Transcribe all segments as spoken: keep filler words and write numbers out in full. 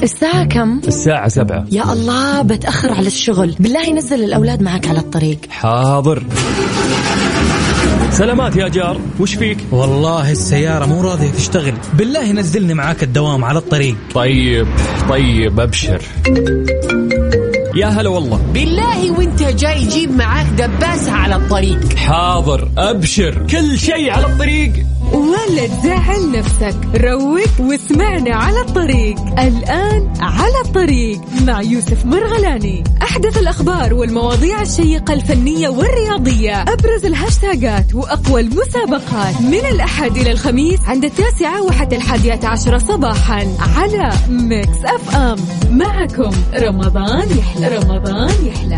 الساعة كم؟ الساعة سبعة. يا الله بتأخر على الشغل، بالله نزل الأولاد معك على الطريق. حاضر. سلامات يا جار، وش فيك؟ والله السيارة مو راضية تشتغل، بالله نزلني معاك الدوام على الطريق. طيب طيب أبشر. يا هلا والله. بالله وانت جاي جيب معاك دباسة على الطريق. حاضر أبشر، كل شيء على الطريق. ولا تزعل نفسك، روق واسمعنا على الطريق. الآن على الطريق مع يوسف مرغلاني. أحدث الأخبار والمواضيع الشيقة الفنية والرياضية، أبرز الهاشتاجات وأقوى المسابقات، من الأحد إلى الخميس عند التاسعة وحتى الحادية عشرة صباحا على ميكس أف أم. معكم رمضان يحلى. رمضان يحلى.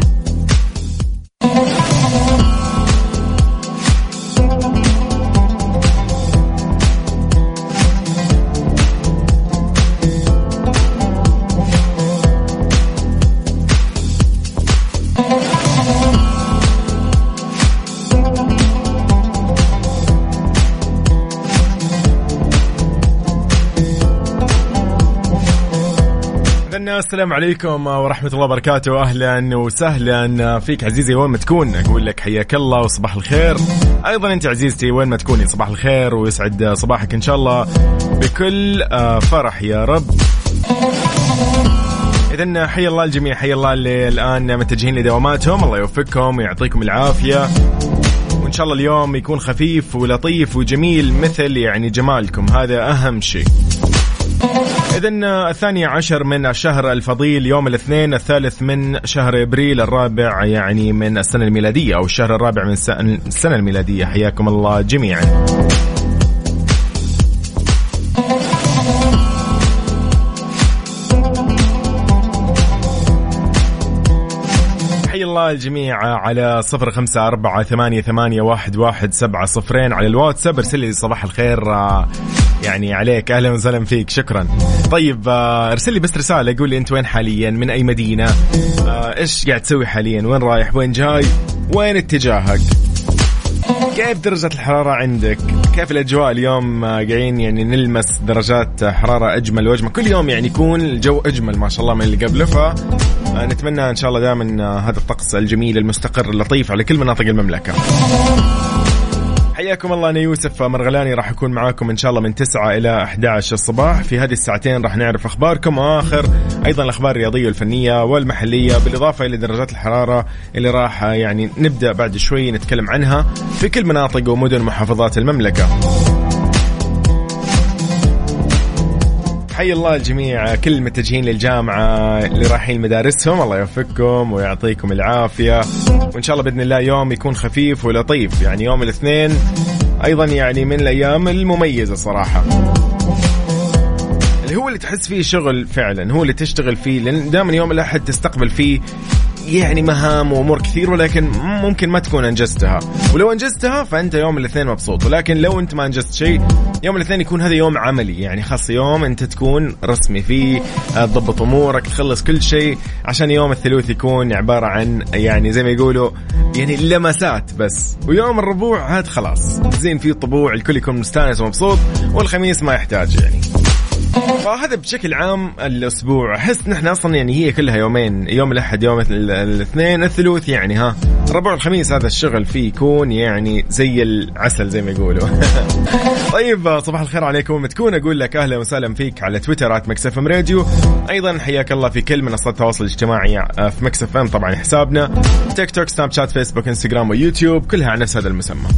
السلام عليكم ورحمة الله وبركاته. أهلا وسهلا فيك عزيزي وين ما تكون، أقول لك حياك الله وصباح الخير. أيضا أنت عزيزتي وين ما تكوني صباح الخير ويسعد صباحك إن شاء الله بكل فرح يا رب. إذن حي الله الجميع، حي الله اللي الآن متجهين لدواماتهم، الله يوفقكم ويعطيكم العافية، وإن شاء الله اليوم يكون خفيف ولطيف وجميل مثل يعني جمالكم، هذا أهم شيء. إذن الثاني عشر من الشهر الفضيل يوم الاثنين، الثالث من شهر إبريل، الرابع يعني من السنة الميلادية أو الشهر الرابع من السنة الميلادية. حياكم الله جميعا. حي الله الجميع على صفر خمسة أربعة ثمانية ثمانية واحد واحد سبعة صفرين على الواتساب. ارسل لي صباح الخير يعني عليك، أهلا وسهلا فيك، شكرا. طيب ارسل لي بس رسالة، قول لي أنت وين حاليا، من أي مدينة، إيش قاعد تسوي حاليا، وين رايح، وين جاي، وين اتجاهك، كيف درجة الحرارة عندك، كيف الأجواء اليوم. قاعدين يعني نلمس درجات حرارة أجمل وأجمل، كل يوم يعني يكون الجو أجمل ما شاء الله من اللي قبله، فنتمنى إن شاء الله دائما هذا الطقس الجميل المستقر اللطيف على كل مناطق المملكة. حياكم الله. أنا يوسف مرغلاني راح أكون معاكم إن شاء الله من تسعة إلى أحد عشر الصباح. في هذه الساعتين راح نعرف أخباركم وآخر أيضا الأخبار الرياضية والفنية والمحلية، بالإضافة إلى درجات الحرارة اللي راح يعني نبدأ بعد شوي نتكلم عنها في كل مناطق ومدن محافظات المملكة. حي الله الجميع، كل المتجهين للجامعة اللي رايحين مدارسهم، الله يوفقكم ويعطيكم العافية، وإن شاء الله بإذن الله يوم يكون خفيف ولطيف. يعني يوم الاثنين أيضا يعني من الأيام المميزة صراحة، اللي هو اللي تحس فيه شغل فعلا، هو اللي تشتغل فيه، لأن دائما يوم الأحد تستقبل فيه يعني مهام وأمور كثير، ولكن ممكن ما تكون أنجزتها، ولو أنجزتها فأنت يوم الاثنين مبسوط، ولكن لو أنت ما أنجزت شيء يوم الاثنين يكون هذا يوم عملي، يعني خاص يوم أنت تكون رسمي فيه، تضبط أمورك، تخلص كل شيء، عشان يوم الثلاث يكون عبارة عن يعني زي ما يقولوا يعني لمسات بس، ويوم الربوع هاد خلاص زين فيه الطبوع، الكل يكون مستانس ومبسوط، والخميس ما يحتاج يعني. فهذا بشكل عام الأسبوع. أحس نحن أصلا يعني هي كلها يومين، يوم الأحد يوم الاثنين الثلاث، يعني ها الربوع الخميس هذا الشغل فيه يكون يعني زي العسل زي ما يقولوا. طيب صباح الخير عليكم، تكون أقول لك أهلا وسهلا فيك على تويتر آت ميكس إف إم راديو، أيضا حياك الله في كل منصات التواصل الاجتماعي في ميكس إف إم، طبعا حسابنا تيك توك سناب شات فيسبوك انستغرام ويوتيوب كلها على نفس هذا المسمى.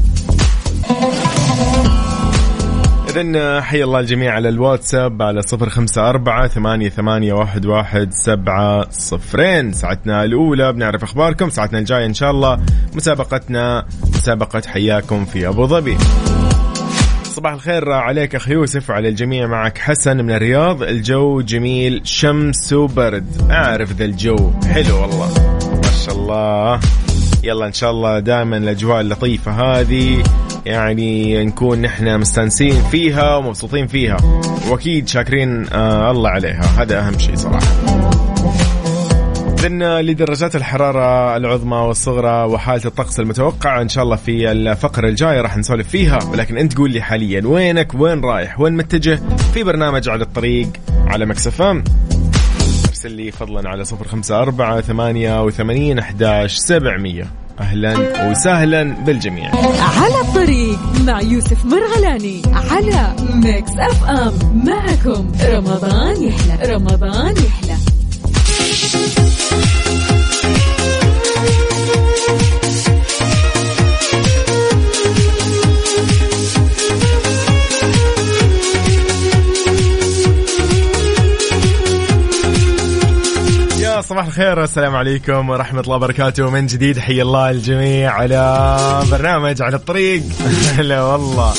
إذن حي الله الجميع على الواتساب على صفر خمسة أربعة ثمانية ثمانية واحد واحد سبعة صفرين. ساعتنا الأولى بنعرف أخباركم، ساعتنا الجاية إن شاء الله مسابقتنا مسابقة حياكم في أبو ظبي. صباح الخير عليك أخي يوسف وعلى الجميع، معك حسن من الرياض، الجو جميل، شمس وبرد، أعرف ذا الجو حلو والله ما شاء الله. يلا إن شاء الله دائما الأجواء اللطيفة هذه يعني نكون نحن مستانسين فيها ومبسوطين فيها، وأكيد شاكرين آه الله عليها، هذا أهم شيء صراحة. إذن لدرجات الحرارة العظمى والصغرى وحالة الطقس المتوقعة إن شاء الله في الفقرة الجاية راح نسولف فيها، ولكن أنت قول لي حاليا وينك، وين رايح، وين متجه في برنامج على الطريق على ميكس إف إم. ارسل لي فضلا على صفر خمسة أربعة ثمانية وثمانين أحداش سبعمية. أهلا وسهلا بالجميع. على الطريق مع يوسف مرغلاني على ميكس أف أم. معكم رمضان يحلى رمضان يحلى. صباح الخير والسلام عليكم ورحمة الله وبركاته من جديد. حي الله الجميع على برنامج على الطريق. لا والله.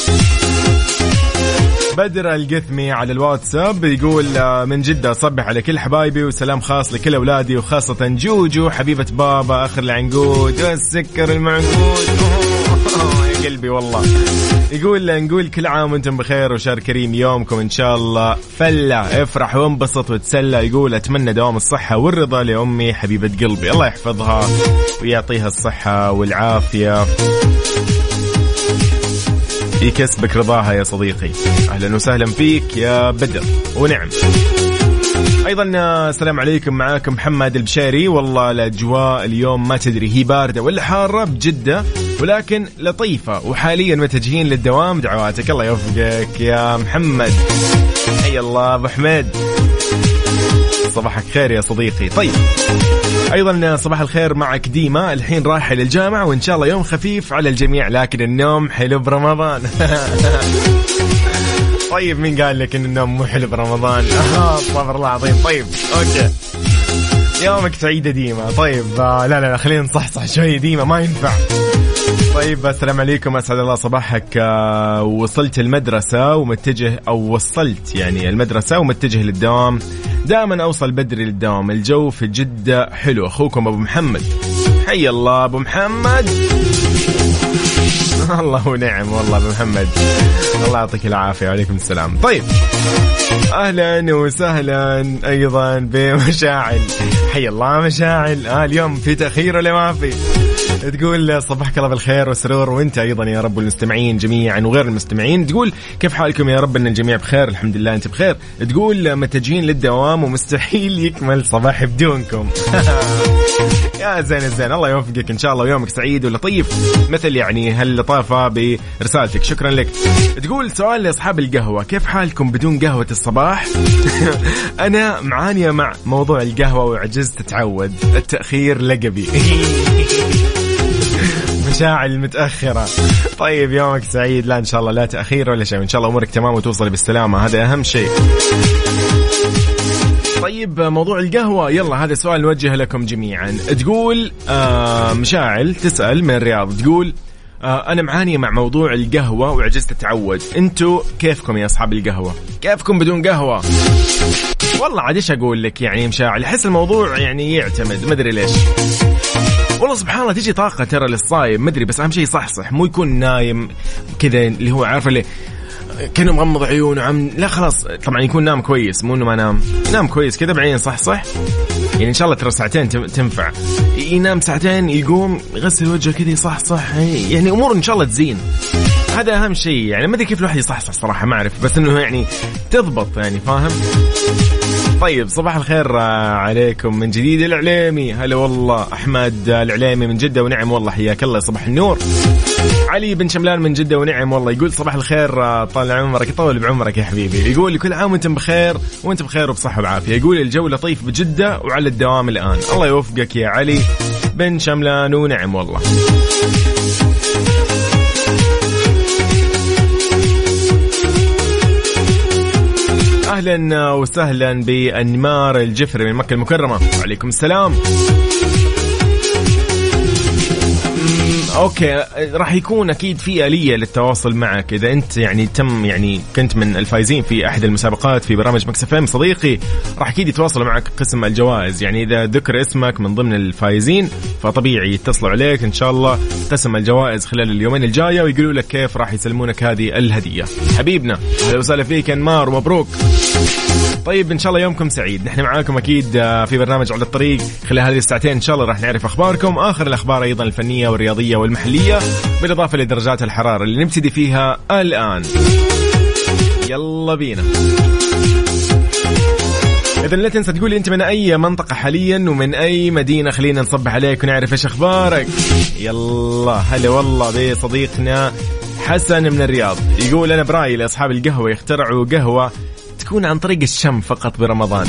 بدر القثمي على الواتساب يقول من جدة صبح على كل حبايبي وسلام خاص لكل أولادي وخاصة جوجو حبيبة بابا آخر العنقود والسكر المعنقود. يا قلبي والله. يقول نقول كل عام وانتم بخير وشهر كريم يومكم ان شاء الله فله افرح وانبسط وتسلى. يقول اتمنى دوام الصحة والرضا لأمي حبيبة قلبي الله يحفظها ويعطيها الصحة والعافية يكسبك رضاها يا صديقي. اهلا وسهلا فيك يا بدر ونعم. ايضا السلام عليكم معاكم محمد البشيري. والله الاجواء اليوم ما تدري هي باردة ولا حارة بجدة ولكن لطيفة وحاليا متجهين للدوام. دعواتك الله يوفقك يا محمد. حي الله ابو حميد صباحك خير يا صديقي. طيب ايضا صباح الخير معك ديما الحين رايح للجامعة وان شاء الله يوم خفيف على الجميع لكن النوم حلو برمضان. طيب مين قال لك ان النوم مو حلو برمضان؟ استغفر الله العظيم. طيب اوكي يومك سعيد ديما. طيب لا لا لا خلينا نصحصح شوي ديما ما ينفع. طيب السلام عليكم أسعد الله صباحك. وصلت المدرسة ومتجه أو وصلت يعني المدرسة ومتجه للدوام. دائما أوصل بدري للدوام. الجو في جدة حلو. أخوكم أبو محمد. حي الله أبو محمد. الله ونعم والله أبو محمد الله يعطيك العافية. وعليكم السلام. طيب أهلا وسهلا أيضا بمشاعل. حي الله مشاعل. آه اليوم في تأخير ولا ما في؟ تقول صباحك الله بالخير والسرور وانت ايضا يا رب والمستمعين جميعا وغير المستمعين. تقول كيف حالكم يا رب ان الجميع بخير الحمد لله انت بخير. تقول متجهين للدوام ومستحيل يكمل صباح بدونكم. يا زين الزين الله يوفقك ان شاء الله ويومك سعيد ولطيف مثل يعني هاللطافة برسالتك. شكرا لك. تقول سؤال لاصحاب القهوة كيف حالكم بدون قهوة الصباح؟ انا معانية مع موضوع القهوة وعجزت اتعود. التأخير لقبي. مشاعل متأخرة. طيب يومك سعيد. لا إن شاء الله لا تأخير ولا شيء. إن شاء الله أمورك تمام وتوصل بالسلامة هذا أهم شيء. طيب موضوع القهوة يلا هذا سؤال نوجه لكم جميعا. تقول آه مشاعل تسأل من الرياض. تقول آه أنا معاني مع موضوع القهوة وعجزت أتعود. أنتوا كيفكم يا أصحاب القهوة؟ كيفكم بدون قهوة؟ والله عاد إيش أقول لك يعني مشاعل أحس الموضوع يعني يعتمد ما أدري ليش. والله سبحان الله تيجي طاقة ترى للصايم مدري بس أهم شيء صح صح مو يكون نايم كذا اللي هو عارف اللي كأنه مغمض عيونه عم لا خلاص طبعا يكون نام كويس مو إنه ما نام نام كويس كذا بعدين صح صح يعني إن شاء الله ترى ساعتين تنفع. ينام ساعتين يقوم يغسل وجهه كذا صح صح يعني أمور إن شاء الله تزين. هذا أهم شيء يعني ما أدري كيف الواحد يصح صح صراحة ما أعرف بس إنه يعني تضبط يعني فاهم. طيب صباح الخير عليكم من جديد العليمي. هلا والله أحمد العليمي من جدة ونعم والله حياك الله صباح النور. علي بن شملان من جدة ونعم والله يقول صباح الخير طال عمرك يطول بعمرك يا حبيبي. يقول كل عام وانتم بخير وانتم بخير وبصحة وعافية. يقول الجو لطيف بجدة وعلى الدوام الآن. الله يوفقك يا علي بن شملان ونعم والله. أهلا وسهلا بأنمار الجفري من مكة المكرمة. وعليكم السلام. أوكي راح يكون أكيد في آلية للتواصل معك إذا أنت يعني تم يعني كنت من الفائزين في أحد المسابقات في برامج مكس إف إم صديقي راح أكيد يتواصلوا معك قسم الجوائز. يعني إذا ذكر اسمك من ضمن الفائزين فطبيعي يتصلوا عليك إن شاء الله قسم الجوائز خلال اليومين الجاية ويقولوا لك كيف راح يسلمونك هذه الهدية. حبيبنا أهلا وسهلا فيك أنمار ومبروك. طيب إن شاء الله يومكم سعيد. نحن معاكم أكيد في برنامج على الطريق خلال هذه الساعتين إن شاء الله راح نعرف أخباركم آخر الأخبار أيضا الفنية والرياضية والمحلية بالإضافة لدرجات الحرارة اللي نبتدي فيها الآن. يلا بينا. إذا لا تنسى تقولي أنت من أي منطقة حاليا ومن أي مدينة، خلينا نصبح عليك ونعرف إيش أخبارك. يلا هلا والله بصديقنا حسن من الرياض، يقول أنا برأيي لأصحاب القهوة يخترعوا قهوة تكون عن طريق الشم فقط برمضان.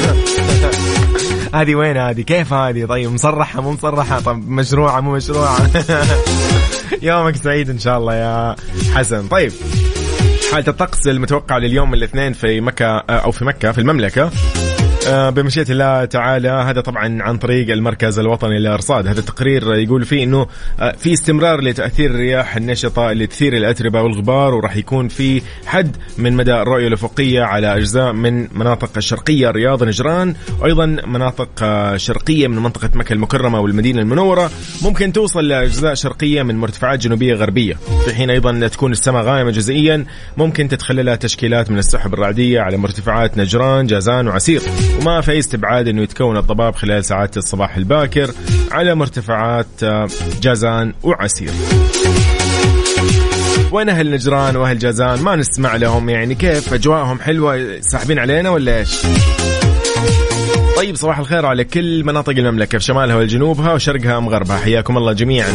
هذه وين هذه؟ كيف هذه؟ طيب مصرحة مو مصرحة؟ طب مشروعة مو مشروعة؟ يومك سعيد إن شاء الله يا حسن. طيب حالة الطقس المتوقعة لليوم الاثنين في مكة أو في مكة في المملكة بمشيئة الله تعالى، هذا طبعا عن طريق المركز الوطني للأرصاد. هذا التقرير يقول فيه أنه في استمرار لتأثير الرياح النشطة اللي تثير الأتربة والغبار، وراح يكون في حد من مدى الرؤية الأفقية على أجزاء من مناطق الشرقية الرياض نجران، وأيضا مناطق شرقية من منطقة مكة المكرمة والمدينة المنورة، ممكن توصل لأجزاء شرقية من مرتفعات جنوبية غربية، في حين أيضا تكون السماء غائمة جزئيا، ممكن تتخللها تشكيلات من السحب الرعدية على مرتفعات نجران جازان وعسير، وما في استبعاد أنه يتكون الضباب خلال ساعات الصباح الباكر على مرتفعات جازان وعسير. وين أهل نجران وأهل جازان؟ ما نسمع لهم، يعني كيف أجواءهم حلوة ساحبين علينا ولا إيش؟ طيب صباح الخير على كل مناطق المملكة في شمالها وجنوبها وشرقها ومغربها، حياكم الله جميعا.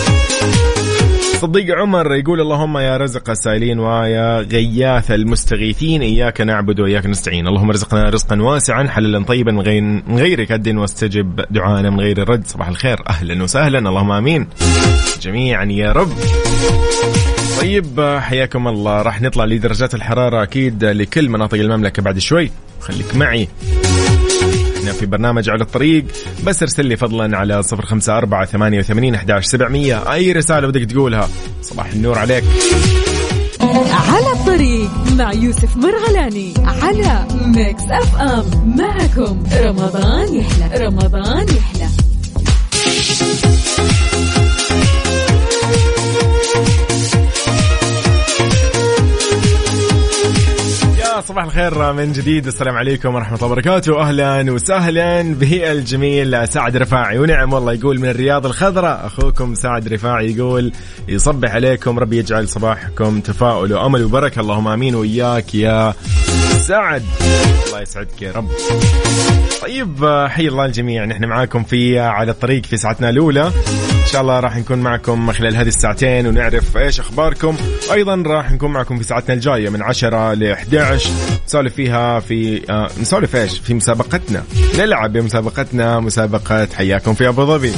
صديق عمر يقول اللهم يا رزق السائلين ويا غياث المستغيثين إياك نعبد وإياك نستعين، اللهم رزقنا رزقا واسعا حللا طيبا من غير كد واستجب دعانا من غير الرد. صباح الخير، أهلا وسهلا، اللهم آمين جميعا يا رب. طيب حياكم الله، راح نطلع لدرجات الحرارة أكيد لكل مناطق المملكة بعد شوي، خليك معي في برنامج على الطريق. بس ارسل لي فضلا على صفر خمسة أربعة ثمانية وثمانين أحد عشر سبعمية أي رسالة بدك تقولها. صباح النور عليك. على الطريق مع يوسف مرغلاني على ميكس أف أم. معكم رمضان يحلى، رمضان يحلى. صباح الخير من جديد، السلام عليكم ورحمة الله وبركاته، أهلا وسهلا به الجميل سعد رفاعي. ونعم والله يقول من الرياض الخضراء أخوكم سعد رفاعي، يقول يصبح عليكم، ربي يجعل صباحكم تفاؤل وأمل وبركة، اللهم آمين وإياك يا سعد، الله يسعدك يا رب. طيب حي الله الجميع، نحن معاكم في على الطريق في ساعتنا الأولى، إن شاء الله راح نكون معكم خلال هذه الساعتين ونعرف إيش أخباركم. أيضا راح نكون معكم في ساعتنا الجاية من عشرة لإحدى عشر، نسولف فيها في آه نسولف إيش في مسابقتنا، نلعب بمسابقتنا مسابقة حياكم في أبو ظبي.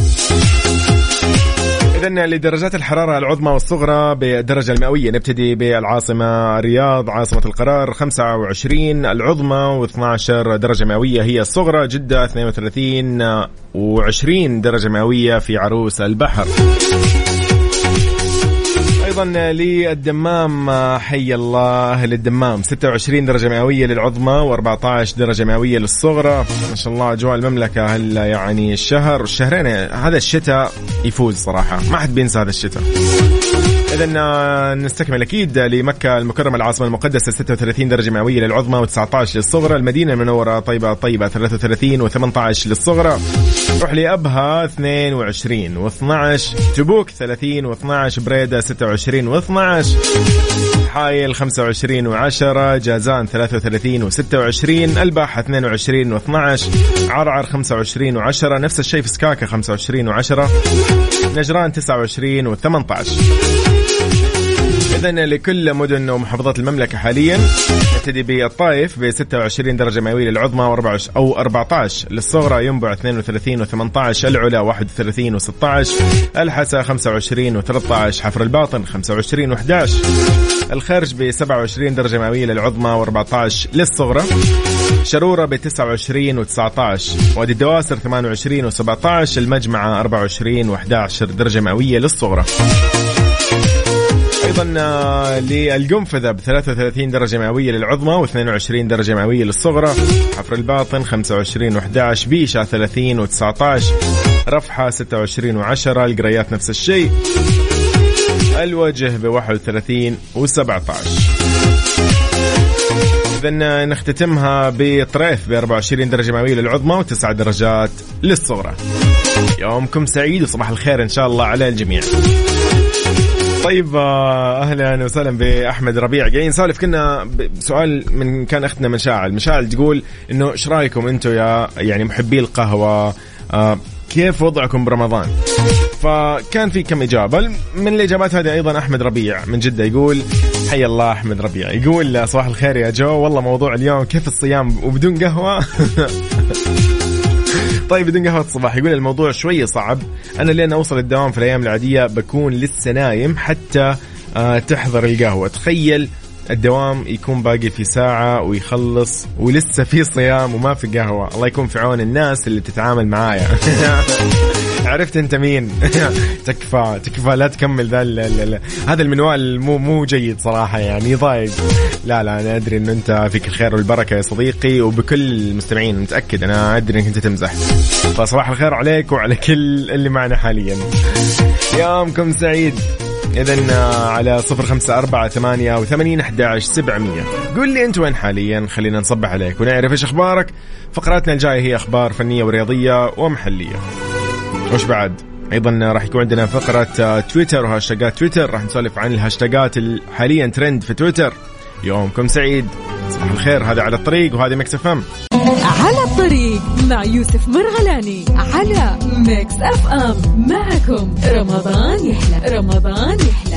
إذن لدرجات الحرارة العظمى والصغرى بالدرجة المئوية، نبتدي بالعاصمة الرياض عاصمة القرار خمسة وعشرين العظمى واثني عشر درجة مئوية هي الصغرى، جدة اثنين وثلاثين وعشرين درجة مئوية في عروس البحر. أيضا للدمام حي الله أهل الدمام ستة وعشرين درجة مئوية للعظمى وأربعة عشر درجة مئوية للصغرى. ما شاء الله أجواء المملكة هلا يعني الشهر الشهرين هذا الشتاء يفوز صراحة، ما حد بينسى هذا الشتاء. إذن نستكمل أكيد لمكة المكرمة العاصمة المقدسة ستة وثلاثين درجة مئوية للعظمى وتسعة عشر للصغرى، المدينة المنورة طيبة طيبة ثلاثة وثلاثين وثمانية عشر للصغرى، روح لأبها اثنين وعشرين واثني عشر، تبوك ثلاثين واثني عشر، بريدة ستة وعشرين واثني عشر، حايل خمسة وعشرين وعشرة، جازان ثلاثة وثلاثين وستة وعشرين، الباحة اثنين وعشرين واثني عشر، عرعر خمسة وعشرين وعشرة، نفس الشيء في سكاكا خمسة وعشرين وعشرة، نجران تسعة وعشرين وثمانية عشر. إذن لكل مدن ومحافظات المملكة حاليا نبتدي بالطائف ب ستة وعشرين درجة مئوية للعظمى وأربعة عشر أو أربعة عشر للصغرى، ينبع اثنين وثلاثين وثمانية عشر، العلا واحد وثلاثين وستة عشر، الحسا خمسة وعشرين وثلاثة عشر، حفر الباطن خمسة وعشرين وأحد عشر، الخرج ب سبعة وعشرين درجة مئوية للعظمى وأربعة عشر للصغرى، شرورة ب تسعة وعشرين وتسعة عشر، وادي الدواسر ثمانية وعشرين وسبعة عشر، المجمعة أربعة وعشرين وأحد عشر درجة مئوية للصغرى. أيضا للقنفذة بثلاثة وثلاثين درجة مئوية للعظمى واثنين وعشرين درجة مئوية للصغرى، حفر الباطن خمسة وعشرين وأحد عشر، بيشة ثلاثين وتسعة عشر، رفحة ستة وعشرين وعشرة، القريات نفس الشيء، الوجه بواحد وثلاثين وسبعة عشر. إذن نختتمها بطريف بأربعة وعشرين درجة مئوية للعظمى وتسع درجات للصغرى. يومكم سعيد وصباح الخير إن شاء الله على الجميع. طيب اهلا وسهلا باحمد ربيع. جايين نسولف كنا بسؤال من كان اختنا مشاعل. مشاعل تقول انه ايش رايكم انتم يا يعني محبي القهوه، آه كيف وضعكم برمضان؟ فكان في كم اجابه. من الاجابات هذه ايضا احمد ربيع من جده يقول حي الله احمد ربيع، يقول صباح الخير يا جو، والله موضوع اليوم كيف الصيام وبدون قهوه. طيب بدون قهوة الصباح. يقول الموضوع شوية صعب، أنا لين أوصل الدوام في الأيام العادية بكون لسه نايم حتى آه تحضر القهوة. تخيل الدوام يكون باقي في ساعة ويخلص ولسه في صيام وما في قهوة. الله يكون في عون الناس اللي تتعامل معايا. عرفت انت مين؟ تكفى تكفى لا تكمل ذا هذا المنوال مو مو جيد صراحة، يعني يضايق. لا لا أنا أدري إنه أنت فيك الخير والبركة يا صديقي، وبكل المستمعين متأكد أنا أدري إنك أنت تمزح. فصباح الخير عليك وعلى كل اللي معنا حاليا. يومكم سعيد. إذن على صفر خمسة أربعة ثمانية وثمانين أحد عشر سبعمية قول لي أنت وين حاليا، خلينا نصبح عليك ونعرف إيش أخبارك. فقراتنا الجاية هي أخبار فنية ورياضية ومحلية. وش بعد؟ أيضا راح يكون عندنا فقرة تويتر وهاشتاقات تويتر، راح نسولف عن الهاشتاقات حاليا ترند في تويتر. يومكم سعيد. صباح الخير. هذا على الطريق وهذا ميكس اف ام. على الطريق مع يوسف مرغلاني على ميكس اف ام. معكم رمضان يحلى رمضان يحلى.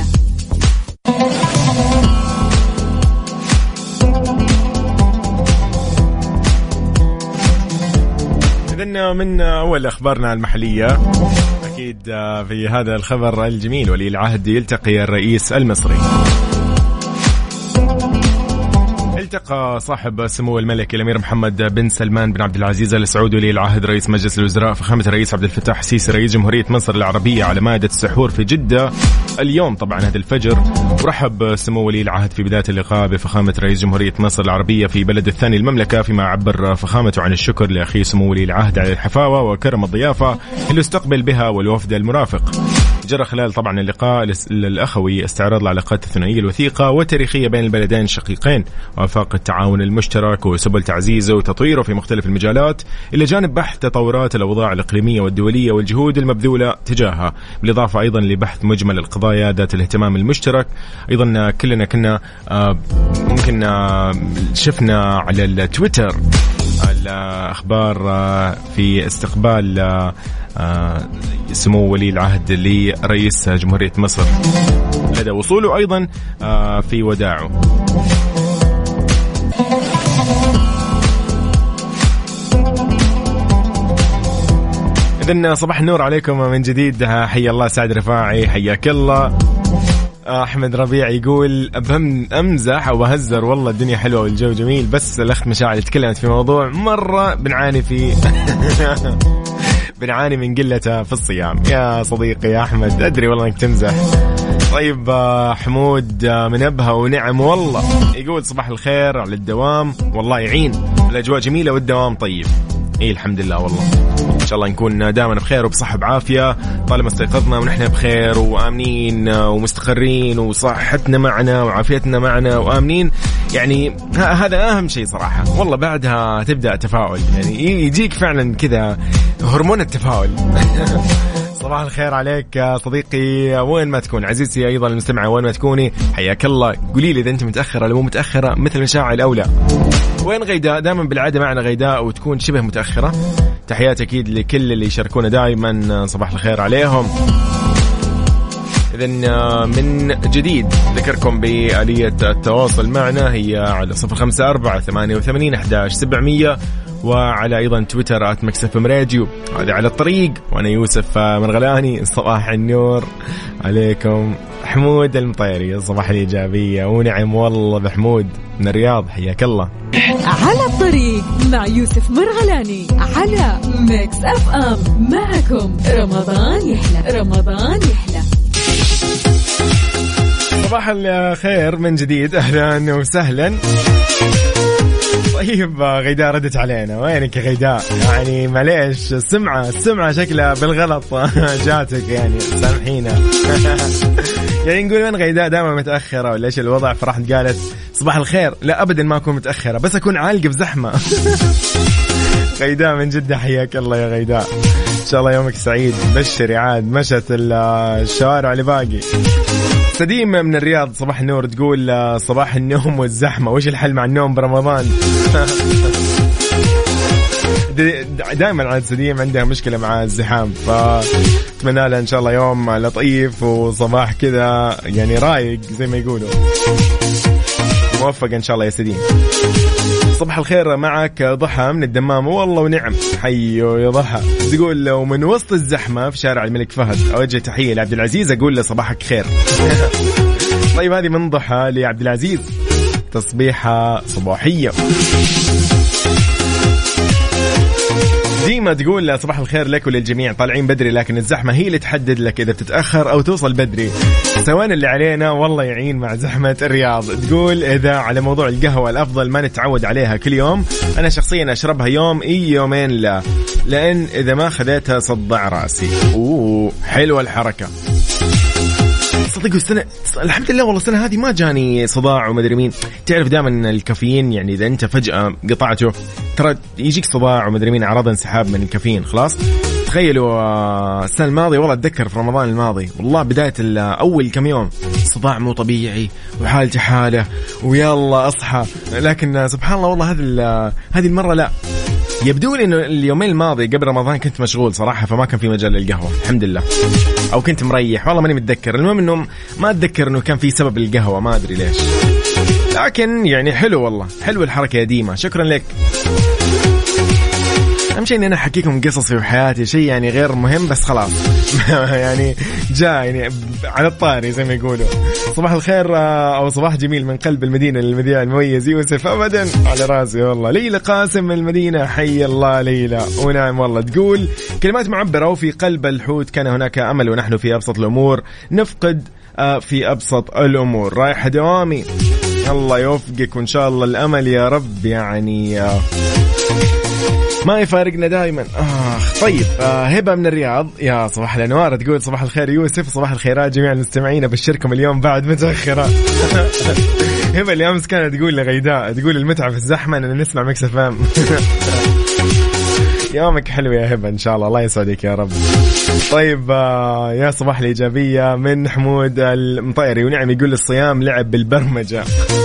إذن من أول أخبارنا المحلية أكيد في هذا الخبر الجميل، ولي العهد يلتقي الرئيس المصري. التقى صاحب سمو الملك الأمير محمد بن سلمان بن عبد العزيز ال سعود ولي العهد رئيس مجلس الوزراء فخامة الرئيس عبد الفتاح السيسي رئيس جمهورية مصر العربية على مائدة السحور في جدة اليوم طبعا هذا الفجر. ورحب سمو ولي العهد في بداية اللقاء بفخامة رئيس جمهورية مصر العربية في بلد الثاني المملكة، فيما عبر فخامته عن الشكر لأخيه سمو ولي العهد على الحفاوة وكرم الضيافة اللي استقبل بها والوفد المرافق. جرى خلال طبعا اللقاء الأخوي استعراض العلاقات الثنائية الوثيقة والتاريخية بين البلدين الشقيقين وآفاق التعاون المشترك وسبل تعزيزه وتطويره في مختلف المجالات، إلى جانب بحث تطورات الأوضاع الإقليمية والدولية والجهود المبذولة تجاهها، بالإضافة أيضا لبحث مجمل القضايا ذات الاهتمام المشترك. أيضا كلنا كنا آه ممكن آه شفنا على التويتر الأخبار آه في استقبال آه آه سمو ولي العهد لرئيس جمهورية مصر لدى وصوله، أيضا آه في وداعه. إذن صباح النور عليكم من جديد. حي الله سعد رفاعي، حياك الله. أحمد ربيع يقول أبهم أمزح أو أهزر، والله الدنيا حلوة والجو جميل، بس الأخت مشاعل تكلمت في موضوع مرة بنعاني فيه. بنعاني من قلته في الصيام يا صديقي يا أحمد، أدري والله إنك تمزح. طيب حمود من أبها ونعم والله يقول صباح الخير على الدوام، والله يعين الأجواء جميلة والدوام طيب. إيه الحمد لله والله، إن شاء الله نكون دائما بخير وبصحة بعافية طالما استيقظنا ونحن بخير وآمنين ومستقرين وصحتنا معنا وعافيتنا معنا وآمنين، يعني هذا أهم شيء صراحة. والله بعدها تبدأ تفاؤل، يعني يجيك فعلا كذا هرمون التفاؤل. صباح الخير عليك صديقي وين ما تكون، عزيزتي أيضا المستمعة وين ما تكوني حياك الله. قولي لي إذا أنت متأخرة لو مو متأخرة مثل مشاعر الأولى. وين غيداء؟ دائما بالعادة معنا غيداء وتكون شبه متأخرة. تحيات أكيد لكل اللي يشاركونا دائما، صباح الخير عليهم. إذن من جديد ذكركم بآلية التواصل معنا هي على صفر خمسة أربعة ثمانية وثمانين أحد عشر سبعمية، وعلى أيضا تويتر آت ميكس اف ام راديو. هذا على الطريق وأنا يوسف مرغلاني. صباح النور عليكم. حمود المطيري صباح الإيجابية ونعم والله بحمود من الرياض، حياك الله. على الطريق مع يوسف مرغلاني على ميكس اف ام. معكم رمضان يحلى رمضان يحلى. صباح الخير من جديد، أهلا وسهلا. طيب غيداء ردت علينا، وينك يا غيداء؟ يعني معليش السمعة السمعة شكلها بالغلط جاتك، يعني سامحينا. يعني نقول وين غيداء دائما متأخرة ولا إيش الوضع؟ فراح قالت صباح الخير، لا أبدا ما أكون متأخرة بس أكون عالقة بزحمة. غيداء من جدة حياك الله يا غيداء. إن شاء الله يومك سعيد. بشري عاد مشت الشوارع اللي باقي. سديم من الرياض صباح النور تقول صباح النوم والزحمة، وش الحل مع النوم برمضان؟ دائما عاد سديم عندها مشكلة مع الزحام، فأتمنى لها إن شاء الله يوم لطيف وصباح كذا يعني رايق زي ما يقولوا. موفق إن شاء الله يا سديم. صباح الخير معك ضحى من الدمام. والله ونعم، حيو يا ضحى. تقول ومن وسط الزحمة في شارع الملك فهد أوجه تحية لعبد العزيز، أقول له صباحك خير. طيب هذه من ضحى لعبد العزيز، تصبيحة صباحية. ديما تقول صباح الخير لك وللجميع، طالعين بدري لكن الزحمة هي اللي تحدد لك إذا بتتأخر أو توصل بدري. سوينا اللي علينا والله يعين مع زحمة الرياض. تقول إذا على موضوع القهوة الأفضل ما نتعود عليها كل يوم، أنا شخصيا أشربها يوم إي يومين لا، لأن إذا ما خذيتها صدع رأسي. أوه حلوة الحركة. صدقوا السنة الحمد لله والله السنة هذه ما جاني صداع ومدري مين. تعرف دائما الكافيين يعني إذا أنت فجأة قطعته ترى يجيك صداع ومدري مين، أعراض انسحاب من الكافيين خلاص. تخيلوا السنة الماضية والله أتذكر في رمضان الماضي والله بداية أول كم يوم صداع مو طبيعي وحالتي حالة ويلا أصحى، لكن سبحان الله والله هذه هذه المرة لا. يبدو لي إنه اليومين الماضي قبل رمضان كنت مشغول صراحة، فما كان في مجال للقهوة الحمد لله، أو كنت مريح والله ماني متذكر. المهم إنه ما أتذكر إنه كان في سبب للقهوة، ما أدري ليش، لكن يعني حلو والله حلو الحركة يا ديما، شكرا لك. أهم شيء إني أنا أحكيكم قصصي وحياتي، شيء يعني غير مهم بس خلاص يعني جاء يعني على الطاري زي ما يقولوا. صباح الخير أو صباح جميل من قلب المدينة للمذيع المميز يوسف، أبدا على راسي والله. ليلى قاسم من المدينة، حي الله ليلى ونعم والله. تقول كلمات معبرة، وفي قلب الحوت كان هناك أمل ونحن في أبسط الأمور نفقد في أبسط الأمور. رايح دوامي، الله يوفقك وإن شاء الله الأمل يا رب يعني ما يفارقنا دائما. آخ طيب آه هبة من الرياض، يا صباح الأنوار. تقول صباح الخير يوسف، صباح الخيرات جميع المستمعين، أبشركم اليوم بعد متأخرة. هبة اللي أمس كانت تقول لغيداء، تقول المتعة في الزحمة أننا نسمع ميكس إف إم. يومك حلو يا هبة إن شاء الله، الله يسعدك يا رب. طيب آه يا صباح الإيجابية من حمود المطيري، ونعم يقول الصيام لعب بالبرمجة.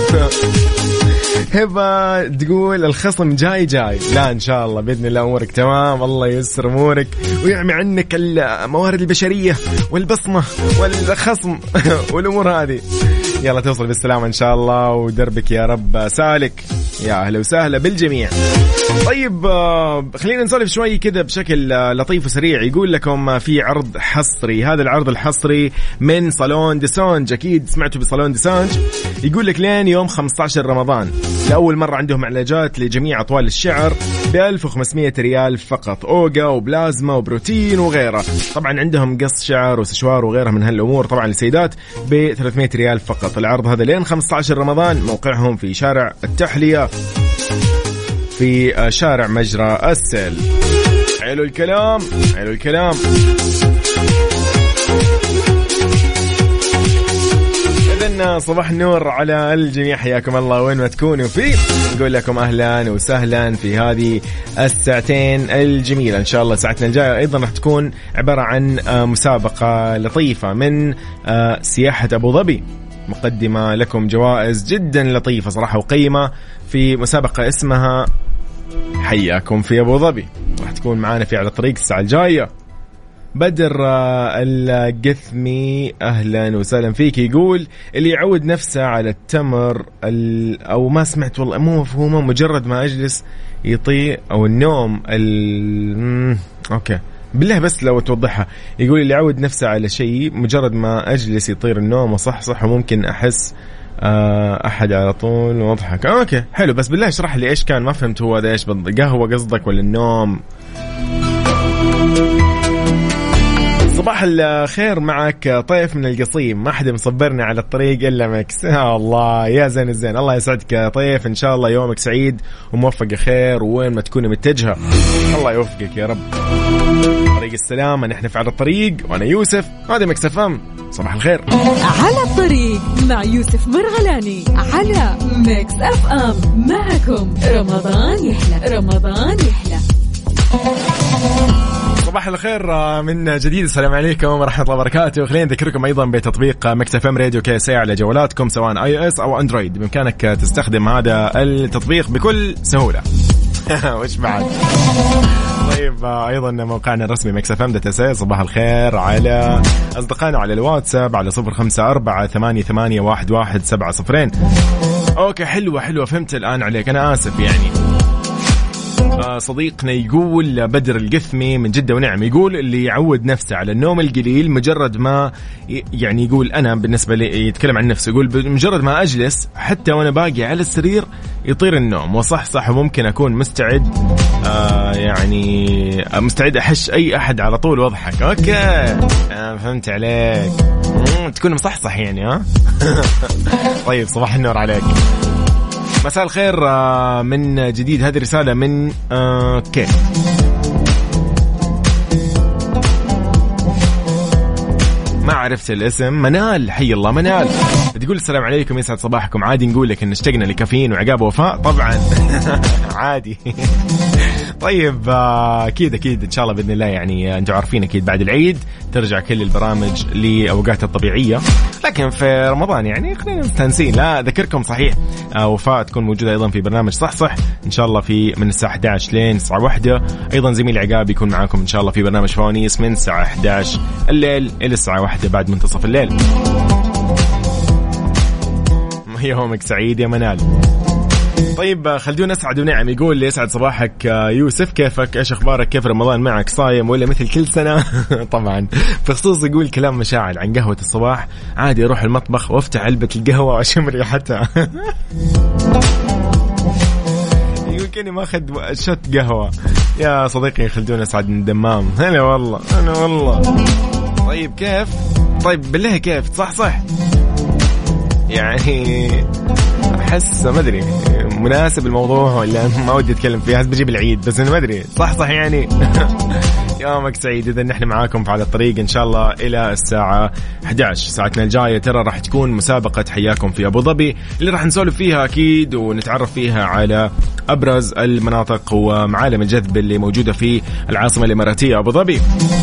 هبة تقول الخصم جاي جاي، لا إن شاء الله بإذن الله أمورك تمام، الله يسر أمورك ويعمي عنك الموارد البشرية والبصمة والخصم والأمور هذه. يلا توصل بالسلامة إن شاء الله ودربك يا رب سالك. يا أهلا وسهلا بالجميع. طيب خلينا نسولف شوي كذا بشكل لطيف وسريع. يقول لكم في عرض حصري، هذا العرض الحصري من صالون ديسونج، أكيد سمعتوا بصالون ديسونج. يقول لك لين يوم خمسة عشر رمضان لأول مرة عندهم علاجات لجميع أطوال الشعر بألف وخمسمية ريال فقط، أوغا وبلازما وبروتين وغيره. طبعا عندهم قص شعر وسشوار وغيرها من هالأمور، طبعا للسيدات بثلاثمية ريال فقط. العرض هذا لين خمسة عشر رمضان، موقعهم في شارع التحلية في شارع مجرى السيل. حلو الكلام حلو الكلام. إذن صباح النور على الجميع، حياكم الله وين ما تكونوا فيه. نقول لكم أهلا وسهلا في هذه الساعتين الجميلة. إن شاء الله ساعتنا الجاية أيضا راح تكون عبارة عن مسابقة لطيفة من سياحة أبو ظبي، مقدمة لكم جوائز جدا لطيفة صراحة وقيمة في مسابقة اسمها حياكم في أبو ظبي، راح تكون معانا في على الطريق الساعة الجاية. بدر القثمي أهلا وسهلا فيك، يقول اللي يعود نفسه على التمر أو ما سمعت والله مو مفهومة، مجرد ما أجلس يطيء أو النوم ال... أوكي بالله بس لو توضحها. يقول اللي يعود نفسه على شيء مجرد ما أجلس يطير النوم وصح صح وممكن أحس أحد على طول واضحك. أوكي حلو، بس بالله اشرح لي إيش كان، ما فهمت هو هذا إيش بالضبط، قهوة قصدك ولا النوم؟ صباح الخير معك طيف من القصيم، ما حد مصبرني على الطريق إلا مكس. يا الله يا زين الزين، الله يسعدك يا طيف، إن شاء الله يومك سعيد وموفق خير وين ما تكوني متجهة الله يوفقك يا رب. طريق السلامة، نحن في على الطريق وأنا يوسف، هذا ميكس إف إم. صباح الخير. على الطريق مع يوسف مرغلاني على ميكس إف إم، معكم رمضان يحلى رمضان يحلى. صباح صباح الخير من جديد. السلام عليكم ورحمة الله وبركاته. خلينا نذكركم أيضا بتطبيق ميكس اف ام راديو كي سي على جوالاتكم سواء اي او اس أو اندرويد. بإمكانك تستخدم هذا التطبيق بكل سهولة. وش بعد؟ طيب أيضا موقعنا الرسمي ميكس اف ام دوت اس. صباح الخير على أصدقائنا على الواتساب على صفر خمسة أربعة ثمانية ثمانية واحد واحد سبعة صفرين. أوكي حلوة حلوة فهمت الآن عليك. أنا آسف يعني. صديقنا يقول بدر القثمي من جدة ونعم، يقول اللي يعود نفسه على النوم القليل مجرد ما يعني يقول أنا بالنسبة لي يتكلم عن نفسه، يقول مجرد ما أجلس حتى وأنا باقي على السرير يطير النوم وصح صح وممكن أكون مستعد آه يعني مستعد أحش أي أحد على طول واضحك. أوكي آه فهمت عليك. تكون مصحصح يعني ها. طيب صباح النور عليك. مساء الخير من جديد. هذه رسالة من اوكي ما عرفت الاسم. منال، حي الله منال. تقول السلام عليكم يسعد صباحكم. عادي نقول لك ان اشتقنا لكافيين وعقاب وفاء؟ طبعا عادي. طيب اكيد اكيد ان شاء الله باذن الله. يعني انتم عارفين اكيد بعد العيد ترجع كل البرامج لاوقاتها الطبيعيه، لكن في رمضان يعني خلينا مستانسين. لا اذكركم صحيح وفاء تكون موجوده ايضا في برنامج صح صح ان شاء الله في من الساعه أحد عشر لين الساعه واحدة. ايضا زميل عقاب يكون معاكم ان شاء الله في برنامج فوانيس من الساعه أحد عشر الليل الى الساعه واحدة بعد منتصف الليل. يومك سعيد يا منال. طيب خلدونا أسعد ونعم يقول لي يسعد صباحك يوسف، كيفك؟ إيش أخبارك؟ كيف رمضان معك؟ صايم ولا مثل كل سنة؟ طبعا بخصوص يقول كلام مشاعر عن قهوة الصباح، عادي أروح المطبخ وأفتح علبة القهوة وأشم ريحتها. يقول كني ما أخذ شت قهوة. يا صديقي خلدونا أسعد من دمام. هلا والله أنا والله. طيب كيف؟ طيب بالله كيف؟ صح صح يعني أحس ما أدري مناسب الموضوع ولا ما ودي أتكلم فيه. أحس بجيب العيد بس أنا ما أدري. صح صح يعني. يومك سعيد. إذا نحن معاكم على الطريق إن شاء الله إلى الساعة أحد عشر. ساعتنا الجاية ترى راح تكون مسابقة حياكم في أبو ظبي اللي راح نسولف فيها أكيد ونتعرف فيها على أبرز المناطق ومعالم الجذب اللي موجودة في العاصمة الإماراتية أبو ظبي.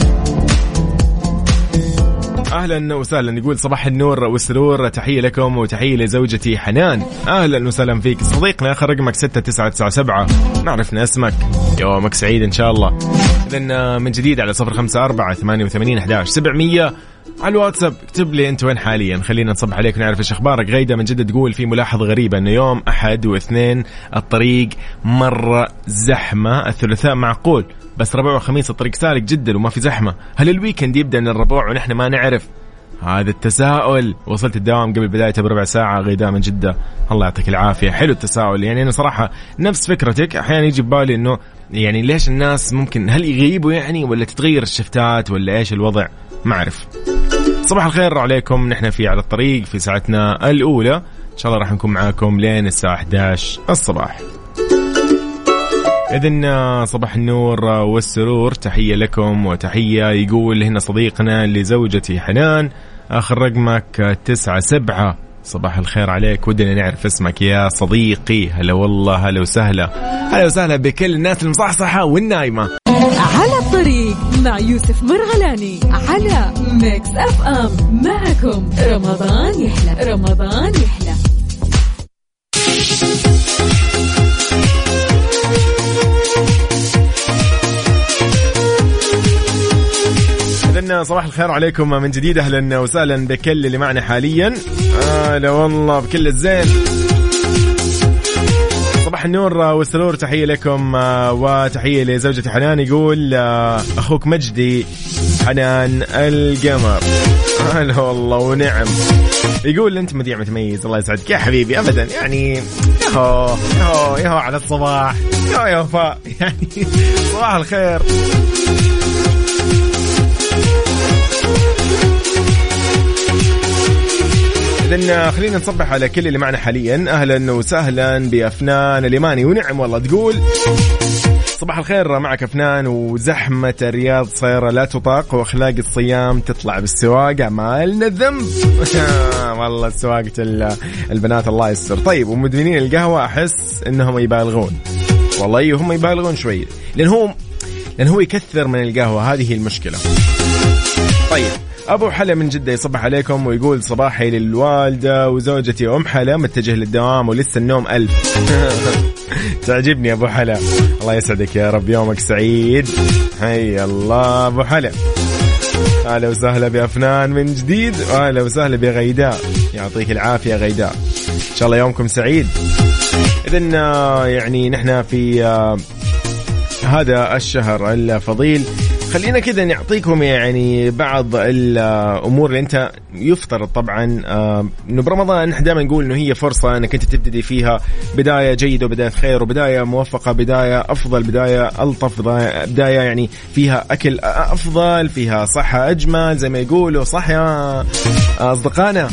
أهلا وسهلا. يقول صباح النور والسرور، تحية لكم وتحية لزوجتي حنان. أهلا وسهلا فيك صديقنا. آخر رقمك ستة تسعة تسعة سبعة، ما عرفنا اسمك. يومك سعيد إن شاء الله. إذن من جديد على صفر خمسة أربعة ثمانية وثمانين أحد عشر سبعمية على الواتساب. اكتب لي أنت وين حاليا، خلينا نصبح عليك ونعرف إيش أخبارك. غيدة من جدة تقول في ملاحظة غريبة إنه يوم أحد واثنين الطريق مرة زحمة، الثلاثاء معقول بس ربع وخميس الطريق سالك جدا وما في زحمة. هل الويكند يبدأ من الربوع ونحن ما نعرف؟ هذا التساؤل. وصلت الدوام قبل بدايته بربع ساعة. غيداء من جدة الله يعطيك العافية. حلو التساؤل. يعني أنا صراحة نفس فكرتك. أحيانا يجي ببالي إنه يعني ليش الناس ممكن هل يغيبوا يعني ولا تتغير الشفتات ولا إيش الوضع؟ ما أعرف. صباح الخير عليكم. نحن في على الطريق في ساعتنا الأولى إن شاء الله راح نكون معاكم لين الساعة أحد عشر الصباح. إذن صباح النور والسرور، تحية لكم وتحية. يقول هنا صديقنا لزوجتي حنان، آخر رقمك تسعة سبعة. صباح الخير عليك، ودنا نعرف اسمك يا صديقي. هلا والله هلا وسهلا. هلا وسهلا بكل الناس المصحصحة والنايمة. على الطريق مع يوسف مرغلاني على ميكس اف ام. معكم رمضان يحلى رمضان يحلى. إذن صباح الخير عليكم من جديد. أهلا وسهلا بكل اللي معنا حاليا. أهلا والله بكل الزين. صباح النور والسرور، تحية لكم وتحية لزوجتي حنان. يقول أخوك مجدي حنان القمر. أهلا والله ونعم. يقول أنت مذيع متميز الله يسعدك يا حبيبي. أبدا يعني يهو يهو يهو على الصباح يهو يهو فا يعني صباح الخير. إذن خلينا نصبح على كل اللي معنا حاليا. أهلا وسهلا بأفنان اليماني ونعم والله. تقول صباح الخير معك أفنان، وزحمة الرياض صايرة لا تطاق وأخلاق الصيام تطلع بالسواقة ما لنا ذنب. والله سواقة البنات الله يستر. طيب ومدمنين القهوة أحس إنهم يبالغون. والله هم يبالغون شوي لأن هم لأن هو يكثر من القهوة، هذه هي المشكلة. طيب أبو حلا من جدة يصبح عليكم ويقول صباحي للوالدة وزوجتي أم حلا، متجه للدوام ولسه النوم ألف. تعجبني أبو حلا، الله يسعدك يا رب، يومك سعيد. هيا الله أبو حلا. أهلا وسهلا بأفنان من جديد، وأهلا وسهلا بغيداء، يعطيك العافية غيداء، إن شاء الله يومكم سعيد. إذن يعني نحن في هذا الشهر الفضيل، خلينا كذا نعطيكم يعني بعض الأمور اللي أنت يفترض طبعا إنه برمضان نحن دائما نقول إنه هي فرصة إنك أنت تبتدي فيها بداية جيدة وبداية خير وبداية موفقة، بداية أفضل، بداية ألطف، بداية يعني فيها أكل أفضل، فيها صحة أجمل زي ما يقولوا، صح يا أصدقائنا؟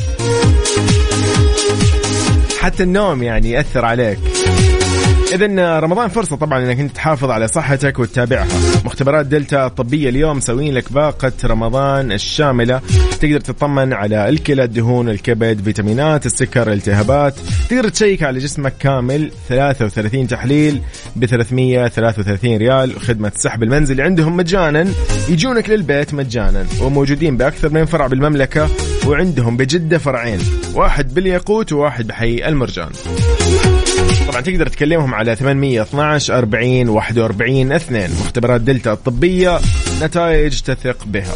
حتى النوم يعني يأثر عليك. إذن رمضان فرصة طبعا إنك أنت تحافظ على صحتك وتتابعها. مختبرات دلتا الطبية اليوم مسوين لك باقة رمضان الشاملة، تقدر تطمن على الكلى، الدهون، الكبد، فيتامينات، السكر، الالتهابات، تقدر تشيك على جسمك كامل. ثلاثة وثلاثين تحليل ب ثلاثمية وثلاثة وثلاثين ريال، وخدمة السحب المنزلي عندهم مجانا، يجونك للبيت مجانا، وموجودين بأكثر من فرع بالمملكة، وعندهم بجدة فرعين، واحد بالياقوت وواحد بحي المرجان. طبعا تقدر تكلمهم على ثمانمية واثناشر أربعين واحد وأربعين اثنين. مختبرات دلتا الطبية، نتائج تثق بها.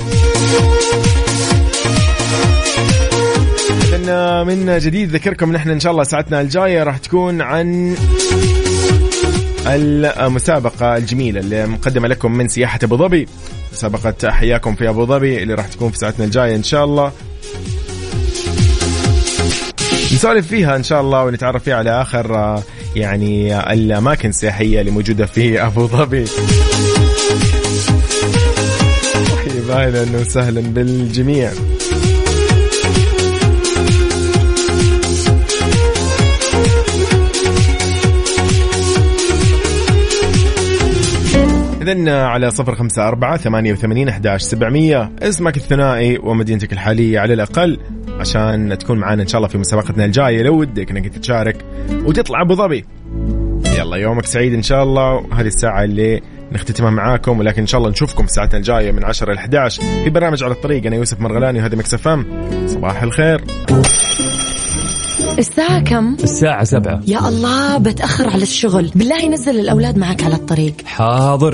إذن من جديد ذكركم نحن إن شاء الله ساعتنا الجاية راح تكون عن المسابقة الجميلة اللي مقدمة لكم من سياحة أبو ظبي، مسابقة أحياكم في أبو ظبي اللي راح تكون في ساعتنا الجاية إن شاء الله، نسولف فيها إن شاء الله ونتعرف فيها على آخر يعني الأماكن السياحية اللي موجودة في أبو ظبي. أهلا وسهلا بالجميع. إذن على صفر خمسة أربعة ثمانية وثمانين أحد عشر سبعمية اسمك الثنائي ومدينتك الحالية على الأقل عشان تكون معنا إن شاء الله في مسابقتنا الجاية، لو ودك أنك تشارك وتطلع أبو ظبي. يلا يومك سعيد إن شاء الله، وهذه الساعة اللي نختتمها معاكم، ولكن إن شاء الله نشوفكم في ساعتنا الجاية من عشرة إلى أحد عشر في برنامج على الطريق. أنا يوسف مرغلاني وهذا ميكس إف إم. صباح الخير. الساعة كم؟ الساعة سبعة. يا الله بتأخر على الشغل، بالله نزل الأولاد معك على الطريق. حاضر.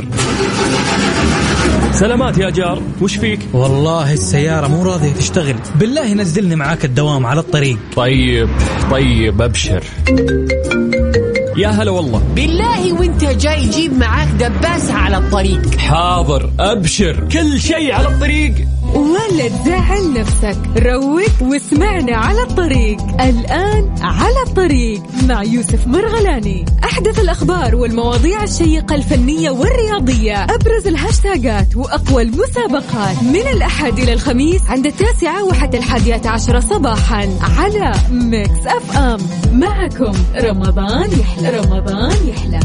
سلامات يا جار، وش فيك؟ والله السيارة مو راضية تشتغل، بالله نزلني معاك الدوام على الطريق. طيب طيب أبشر. يا هلا والله. بالله وانت جاي جيب معاك دباسة على الطريق. حاضر أبشر، كل شيء على الطريق. ولا تزعل نفسك، روق واسمعنا على الطريق. الآن على الطريق مع يوسف مرغلاني. أحدث الأخبار والمواضيع الشيقة الفنية والرياضية، أبرز الهاشتاجات وأقوى المسابقات، من الأحد إلى الخميس عند التاسعة وحتى الحادية عشرة صباحا على ميكس أف أم. معكم رمضان يحلى. رمضان يحلى.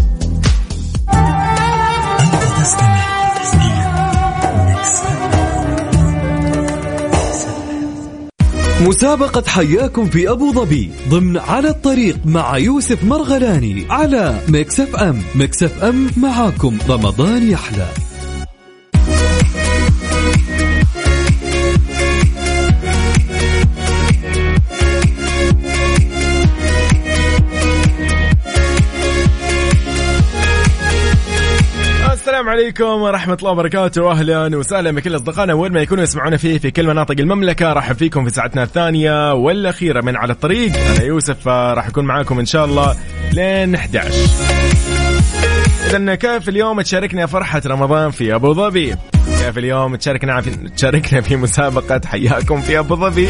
مسابقة حياكم في أبو ظبي ضمن على الطريق مع يوسف مرغلاني على ميكس اف ام. ميكس اف ام معاكم رمضان يحلى. السلام عليكم ورحمة الله وبركاته، وأهلا وسهلا بكل أصدقائنا وين ما يكونوا يسمعونا فيه في كل مناطق المملكة. رحب فيكم في ساعتنا الثانية والأخيرة من على الطريق. أنا يوسف راح أكون معاكم إن شاء الله لين أحد عشر. إذن كيف اليوم تشاركنا فرحة رمضان في أبو ظبي؟ كيف اليوم تشاركنا في تشاركنا في مسابقة حياكم في أبو ظبي؟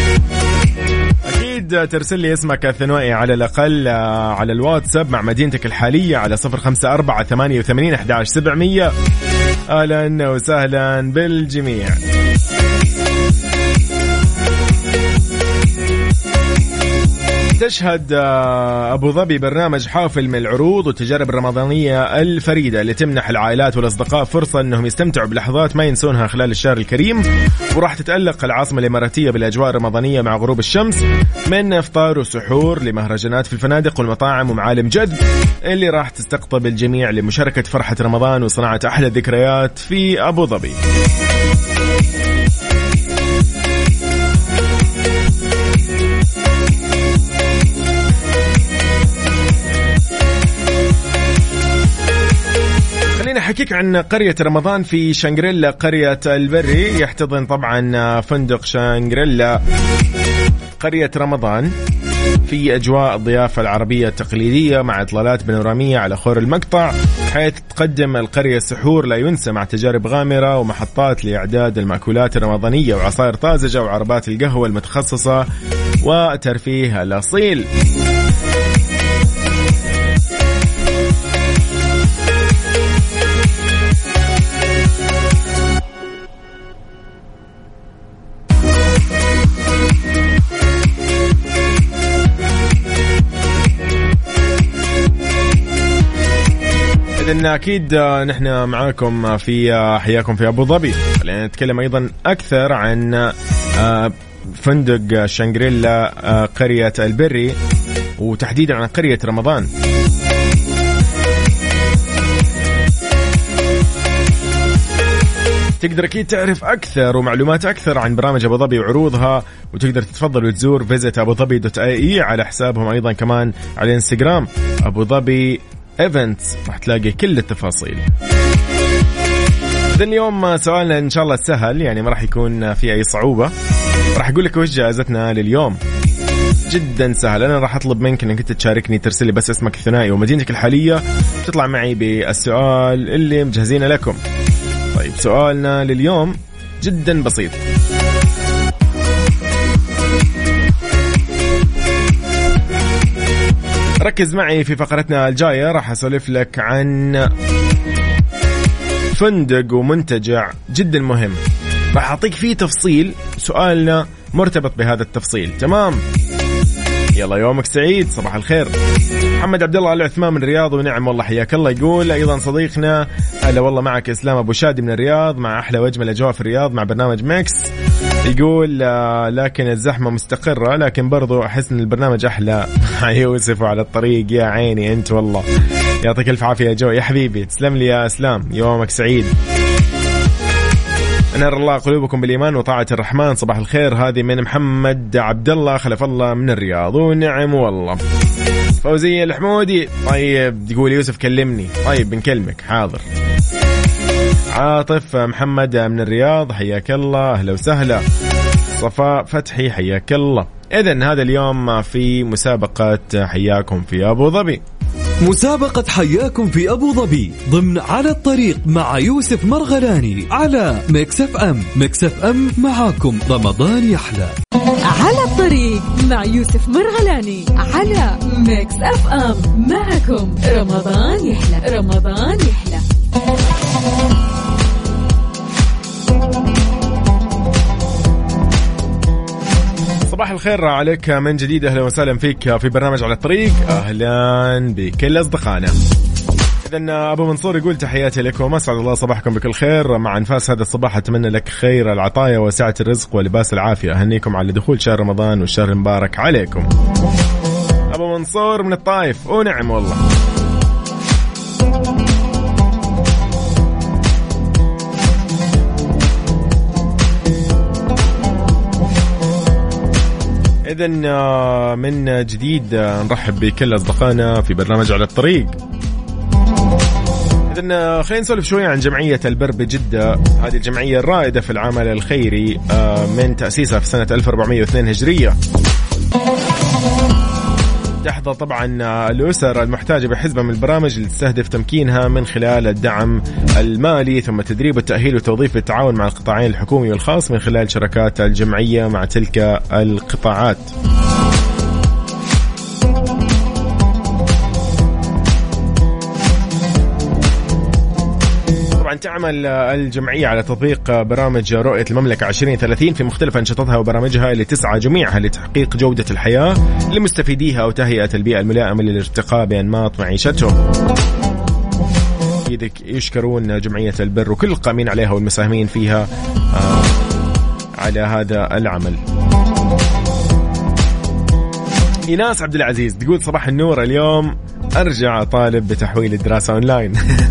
أكيد ترسل لي اسمك الثنائي على الأقل على الواتساب مع مدينتك الحالية على صفر خمسة أربعة ثمانية وثمانين أحد عشر سبعمية. أهلا وسهلا بالجميع. تشهد أبو ظبي برنامج حافل من العروض والتجارب الرمضانية الفريدة اللي تمنح العائلات والأصدقاء فرصة أنهم يستمتعوا بلحظات ما ينسونها خلال الشهر الكريم. وراح تتألق العاصمة الإماراتية بالأجواء الرمضانية مع غروب الشمس، من إفطار وسحور لمهرجانات في الفنادق والمطاعم ومعالم جذب اللي راح تستقطب الجميع لمشاركة فرحة رمضان وصناعة أحلى ذكريات في أبو ظبي. حكيك عن قرية رمضان في شانغريلا قرية البري. يحتضن طبعا فندق شانغريلا قرية رمضان في أجواء الضيافة العربية التقليدية مع إطلالات بانورامية على خور المقطع، حيث تقدم القرية سحور لا ينسى مع تجارب غامرة ومحطات لإعداد المأكولات الرمضانية وعصائر طازجة وعربات القهوة المتخصصة وترفيه الأصيل. إذن أكيد نحن معاكم في حياكم في أبو ظبي. خلينا نتكلم أيضا أكثر عن فندق شانغريلا قرية البري وتحديدا عن قرية رمضان. تقدر أكيد تعرف أكثر ومعلومات أكثر عن برامج أبو ظبي وعروضها، وتقدر تتفضل وتزور فيزيت أبو ظبي دوت اي على حسابهم أيضا كمان على الانستغرام أبو ظبي ايفنتس، راح تلاقي كل التفاصيل. اليوم سؤالنا إن شاء الله سهل، يعني ما راح يكون في أي صعوبة. راح أقول لك وش جائزتنا لليوم. جدا سهل، أنا راح أطلب منك أنك أنت تشاركني، ترسل لي بس اسمك الثنائي ومدينتك الحالية، تطلع معي بالسؤال اللي مجهزينه لكم. طيب سؤالنا لليوم جدا بسيط. ركز معي في فقرتنا الجاية، راح أسولف لك عن فندق ومنتجع جدا مهم، راح أعطيك فيه تفصيل، سؤالنا مرتبط بهذا التفصيل. تمام؟ يلا يومك سعيد، صباح الخير. محمد عبد الله العثمان من الرياض، ونعم والله حياك الله. يقول أيضا صديقنا هلا والله معك إسلام أبو شادي من الرياض، مع أحلى وأجمل أجواء في الرياض مع برنامج ميكس. يقول لكن الزحمة مستقرة، لكن برضو أحس أن البرنامج أحلى مع يوسف على الطريق. يا عيني أنت والله، يعطيك ألف عافية يا جو يا حبيبي، تسلم لي يا إسلام، يومك سعيد. أنار الله قلوبكم بالإيمان وطاعة الرحمن، صباح الخير. هذه من محمد عبد الله خلف الله من الرياض، ونعم والله. فوزية الحمودي، طيب تقول يوسف كلمني، طيب بنكلمك حاضر. عاطف محمد من الرياض، حياك الله، أهلا وسهلا. صفاء فتحي، حياك الله. إذن هذا اليوم في مسابقة حياكم في أبو ظبي. مسابقة حياكم في أبو ظبي ضمن على الطريق مع يوسف مرغلاني على ميكس اف ام. ميكس اف ام معاكم رمضان يحلى. على الطريق مع يوسف مرغلاني على ميكس اف ام، معكم رمضان يحلى. رمضان يحلى. صباح الخير عليك من جديد، أهلا وسهلا فيك في برنامج على الطريق، أهلا بكل أصدقائنا. إذن أبو منصور يقول تحياتي لكم، أسعد الله صباحكم بكل خير. مع أنفاس هذا الصباح أتمنى لك خير العطايا وسعة الرزق ولباس العافية. أهنيكم على دخول شهر رمضان والشهر المبارك عليكم. أبو منصور من الطائف، ونعم والله. إذن من جديد نرحب بكل أصدقائنا في برنامج على الطريق. إذن خلينا نسولف شوية عن جمعية البر بجدة. هذه الجمعية الرائدة في العمل الخيري من تأسيسها في سنة ألف وأربعمائة واثنين هجرية. تحظى طبعا الأسر المحتاجة بحزمة من البرامج اللي تستهدف تمكينها من خلال الدعم المالي، ثم التدريب والتأهيل والتوظيف بالتعاون مع القطاعين الحكومي والخاص من خلال شراكات الجمعية مع تلك القطاعات. طبعا تعمل الجمعية على تطبيق برامج رؤية المملكة عشرين ثلاثين في مختلف أنشطتها وبرامجها اللي تسعى جميعها لتحقيق جودة الحياة لمستفيديها وتهيئة البيئة الملائمة للارتقاء بأنماط معيشتهم. يشكرون جمعية البر وكل القائمين عليها والمساهمين فيها آه على هذا العمل. إيناس عبد العزيز تقول صباح النور، اليوم أرجع طالب بتحويل الدراسة أونلاين.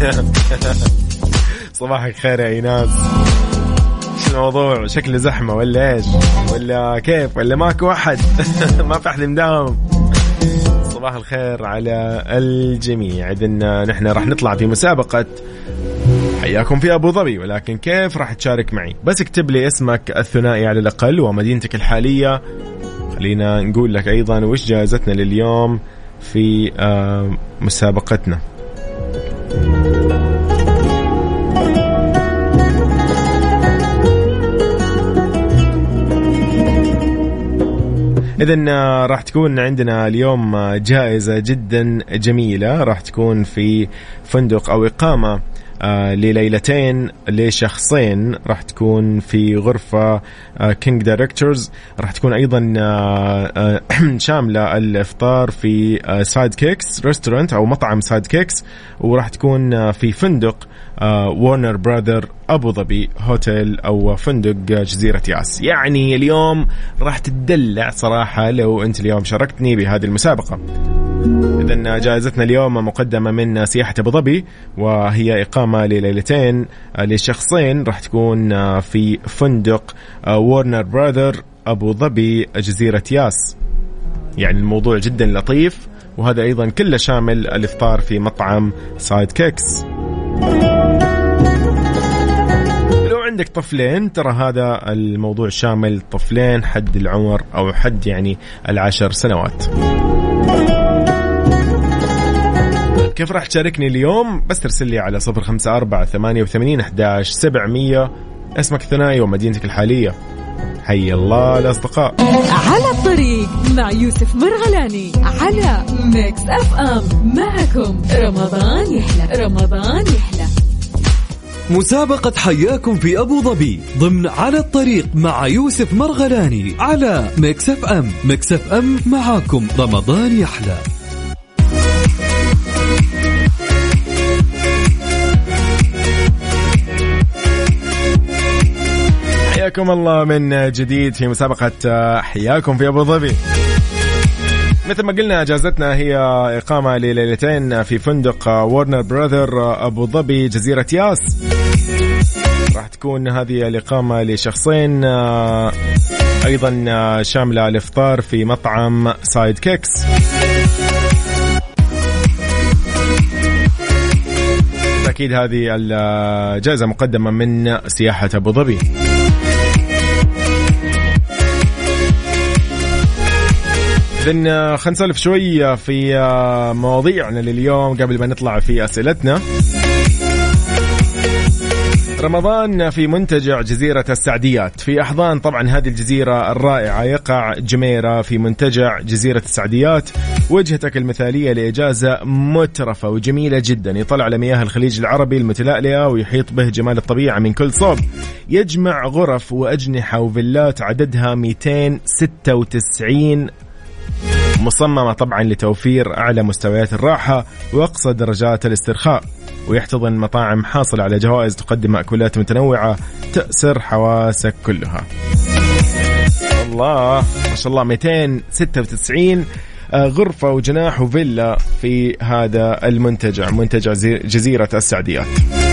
صباح الخير يا إيناس. شو الموضوع؟ شكله زحمة ولا إيش ولا كيف ولا ماكو أحد؟ ما في أحد مداوم. صباح الخير على الجميع. إذن نحن راح نطلع في مسابقة حياكم في أبو ظبي، ولكن كيف راح تشارك معي؟ بس اكتب لي اسمك الثنائي على الأقل ومدينتك الحالية. خلينا نقول لك أيضا وش جائزتنا لليوم في مسابقتنا. إذن راح تكون عندنا اليوم جائزة جدا جميلة، راح تكون في فندق أو إقامة آه لليلتين لشخصين، راح تكون في غرفة آه كينج دايركتورز. راح تكون أيضا آه آه شاملة الإفطار في آه سايد كيكس ريستورانت أو مطعم سايد كيكس، وراح تكون آه في فندق آه وارنر براذر أبو ظبي هوتيل أو فندق جزيرة ياس. يعني اليوم راح تدلع صراحة لو أنت اليوم شاركتني بهذه المسابقة. إذن جائزتنا اليوم مقدمة من سياحة أبو ظبي، وهي إقامة لليلتين لشخصين، راح تكون في فندق وارنر براذر أبو ظبي جزيرة ياس. يعني الموضوع جدا لطيف، وهذا أيضا كله شامل الإفطار في مطعم سايد كيكس. لو عندك طفلين ترى هذا الموضوع شامل طفلين حد العمر أو حد يعني العشر سنوات. كيف راح تشاركني اليوم؟ بس ترسل لي على صفر خمسة أربعة ثمانية وثمانين أحد عشر سبعمية اسمك الثنائي ومدينتك الحالية. حي الله الأصدقاء. على الطريق مع يوسف مرغلاني على ميكس أف أم. معكم رمضان يحلى، رمضان يحلى. مسابقة حياكم في أبو ظبي ضمن على الطريق مع يوسف مرغلاني على ميكس أف أم. ميكس أف أم معاكم رمضان يحلى. حياكم الله من جديد في مسابقة حياكم في أبو ظبي. مثل ما قلنا جائزتنا هي إقامة لليلتين في فندق وارنر براذر أبو ظبي جزيرة ياس. راح تكون هذه الإقامة لشخصين، أيضا شاملة الإفطار في مطعم سايد كيكس. أكيد هذه الجائزة مقدمة من سياحة أبو ظبي. إذن خلينا نسولف شوية في مواضيعنا لليوم قبل ما نطلع في أسئلتنا. رمضان في منتجع جزيرة السعديات في أحضان طبعا هذه الجزيرة الرائعة. يقع جميرة في منتجع جزيرة السعديات، وجهتك المثالية لإجازة مترفة وجميلة جدا. يطلع على مياه الخليج العربي المتلألئة ويحيط به جمال الطبيعة من كل صوب. يجمع غرف وأجنحة وفيلات عددها مئتين وستة وتسعين، مصممة طبعا لتوفير أعلى مستويات الراحة وأقصى درجات الاسترخاء. ويحتضن مطاعم حاصل على جوائز تقدم مأكولات متنوعة تأسر حواسك كلها. الله ما شاء الله، مئتين وستة وتسعين غرفة وجناح وفيلا في هذا المنتجع، منتجع جزيرة السعديات.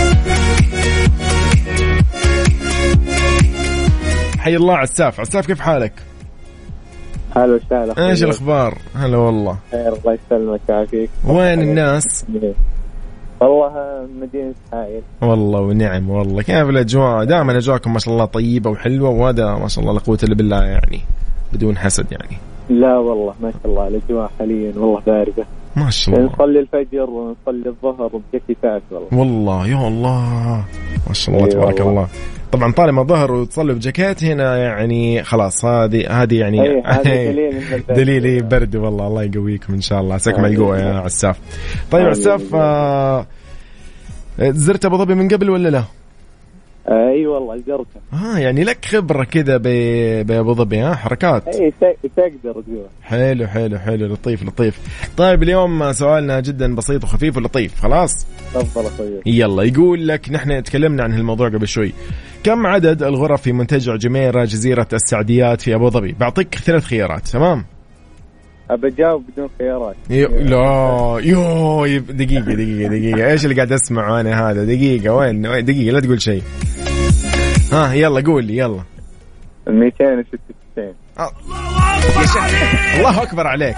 حي الله عساف. عساف كيف حالك؟ هلا وسهلا. ايش الاخبار؟ هلا والله. خير الله يسلمك ويعافيك. وين الناس؟ والله مدينة حائل. والله ونعم والله. كيف الاجواء؟ دائما اجواءكم ما شاء الله طيبة وحلوة، وهذا ما شاء الله لا قوة الا بالله يعني بدون حسد يعني. لا والله ما شاء الله الاجواء حاليا والله باردة ما شاء الله. نصلي الفجر ونصلي الظهر بجاكيتات والله. والله يا الله ما شاء الله تبارك الله. طبعا طالما ظهر وتصلي بجاكيت هنا يعني خلاص هذه هذه يعني دليل دليل برد والله. الله يقويكم ان شاء الله. عساكم على القوة يا عساف. طيب عساف، آه زرت أبو ظبي من قبل ولا لا؟ اي والله زرته. اه يعني لك خبرة كذا بأبو ظبي، ها حركات. اي تقدر تقول. حلو حلو حلو لطيف لطيف. طيب اليوم سؤالنا جدا بسيط وخفيف ولطيف. خلاص تفضل اخوي. يلا يقول لك، نحن تكلمنا عن هالموضوع قبل شوي، كم عدد الغرف في منتجع جميرة جزيرة السعديات في أبو ظبي؟ بعطيك ثلاث خيارات. تمام؟ أبى أجاوب بدون خيارات. يو لا يو دقيقة دقيقة دقيقة إيش اللي قاعد أسمعه أنا هذا؟ دقيقة وين دقيقة لا تقول شيء. ها يلا قول لي يلا. مئتين وستة وتسعين. الله أكبر عليك.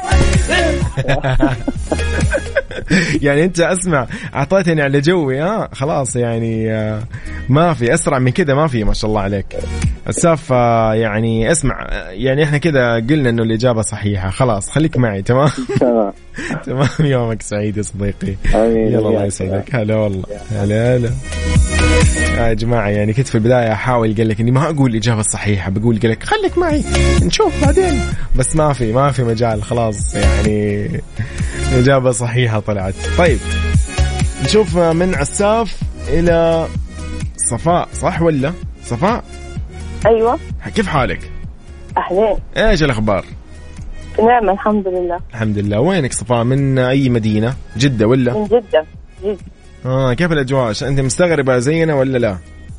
يعني أنت أسمع أعطيتني على جوي. ها خلاص يعني ما في أسرع من كده، ما في ما شاء الله عليك. الساف يعني اسمع، يعني إحنا كده قلنا إنه الإجابة صحيحة، خلاص خليك معي. تمام تمام. يومك سعيد يا صديقي. يلا الله يسعدك. هلا والله. هلا هلا يا جماعة. يعني كنت في البداية أحاول قال لك إني ما أقول الإجابة الصحيحة، بقول قال لك خليك معي نشوف بعدين، بس ما في ما في مجال. خلاص يعني الإجابة صحيحة طلعت. طيب نشوف من عساف إلى صفاء، صح ولا صفاء؟ أيوة. كيف حالك؟ أهلين. إيش الأخبار؟ نعم الحمد لله. الحمد لله. وينك صفاء؟ من أي مدينة؟ جدة ولا؟ من جدة. جدة. آه كيف الأجواء؟ أنت مستغربة زينا ولا لا؟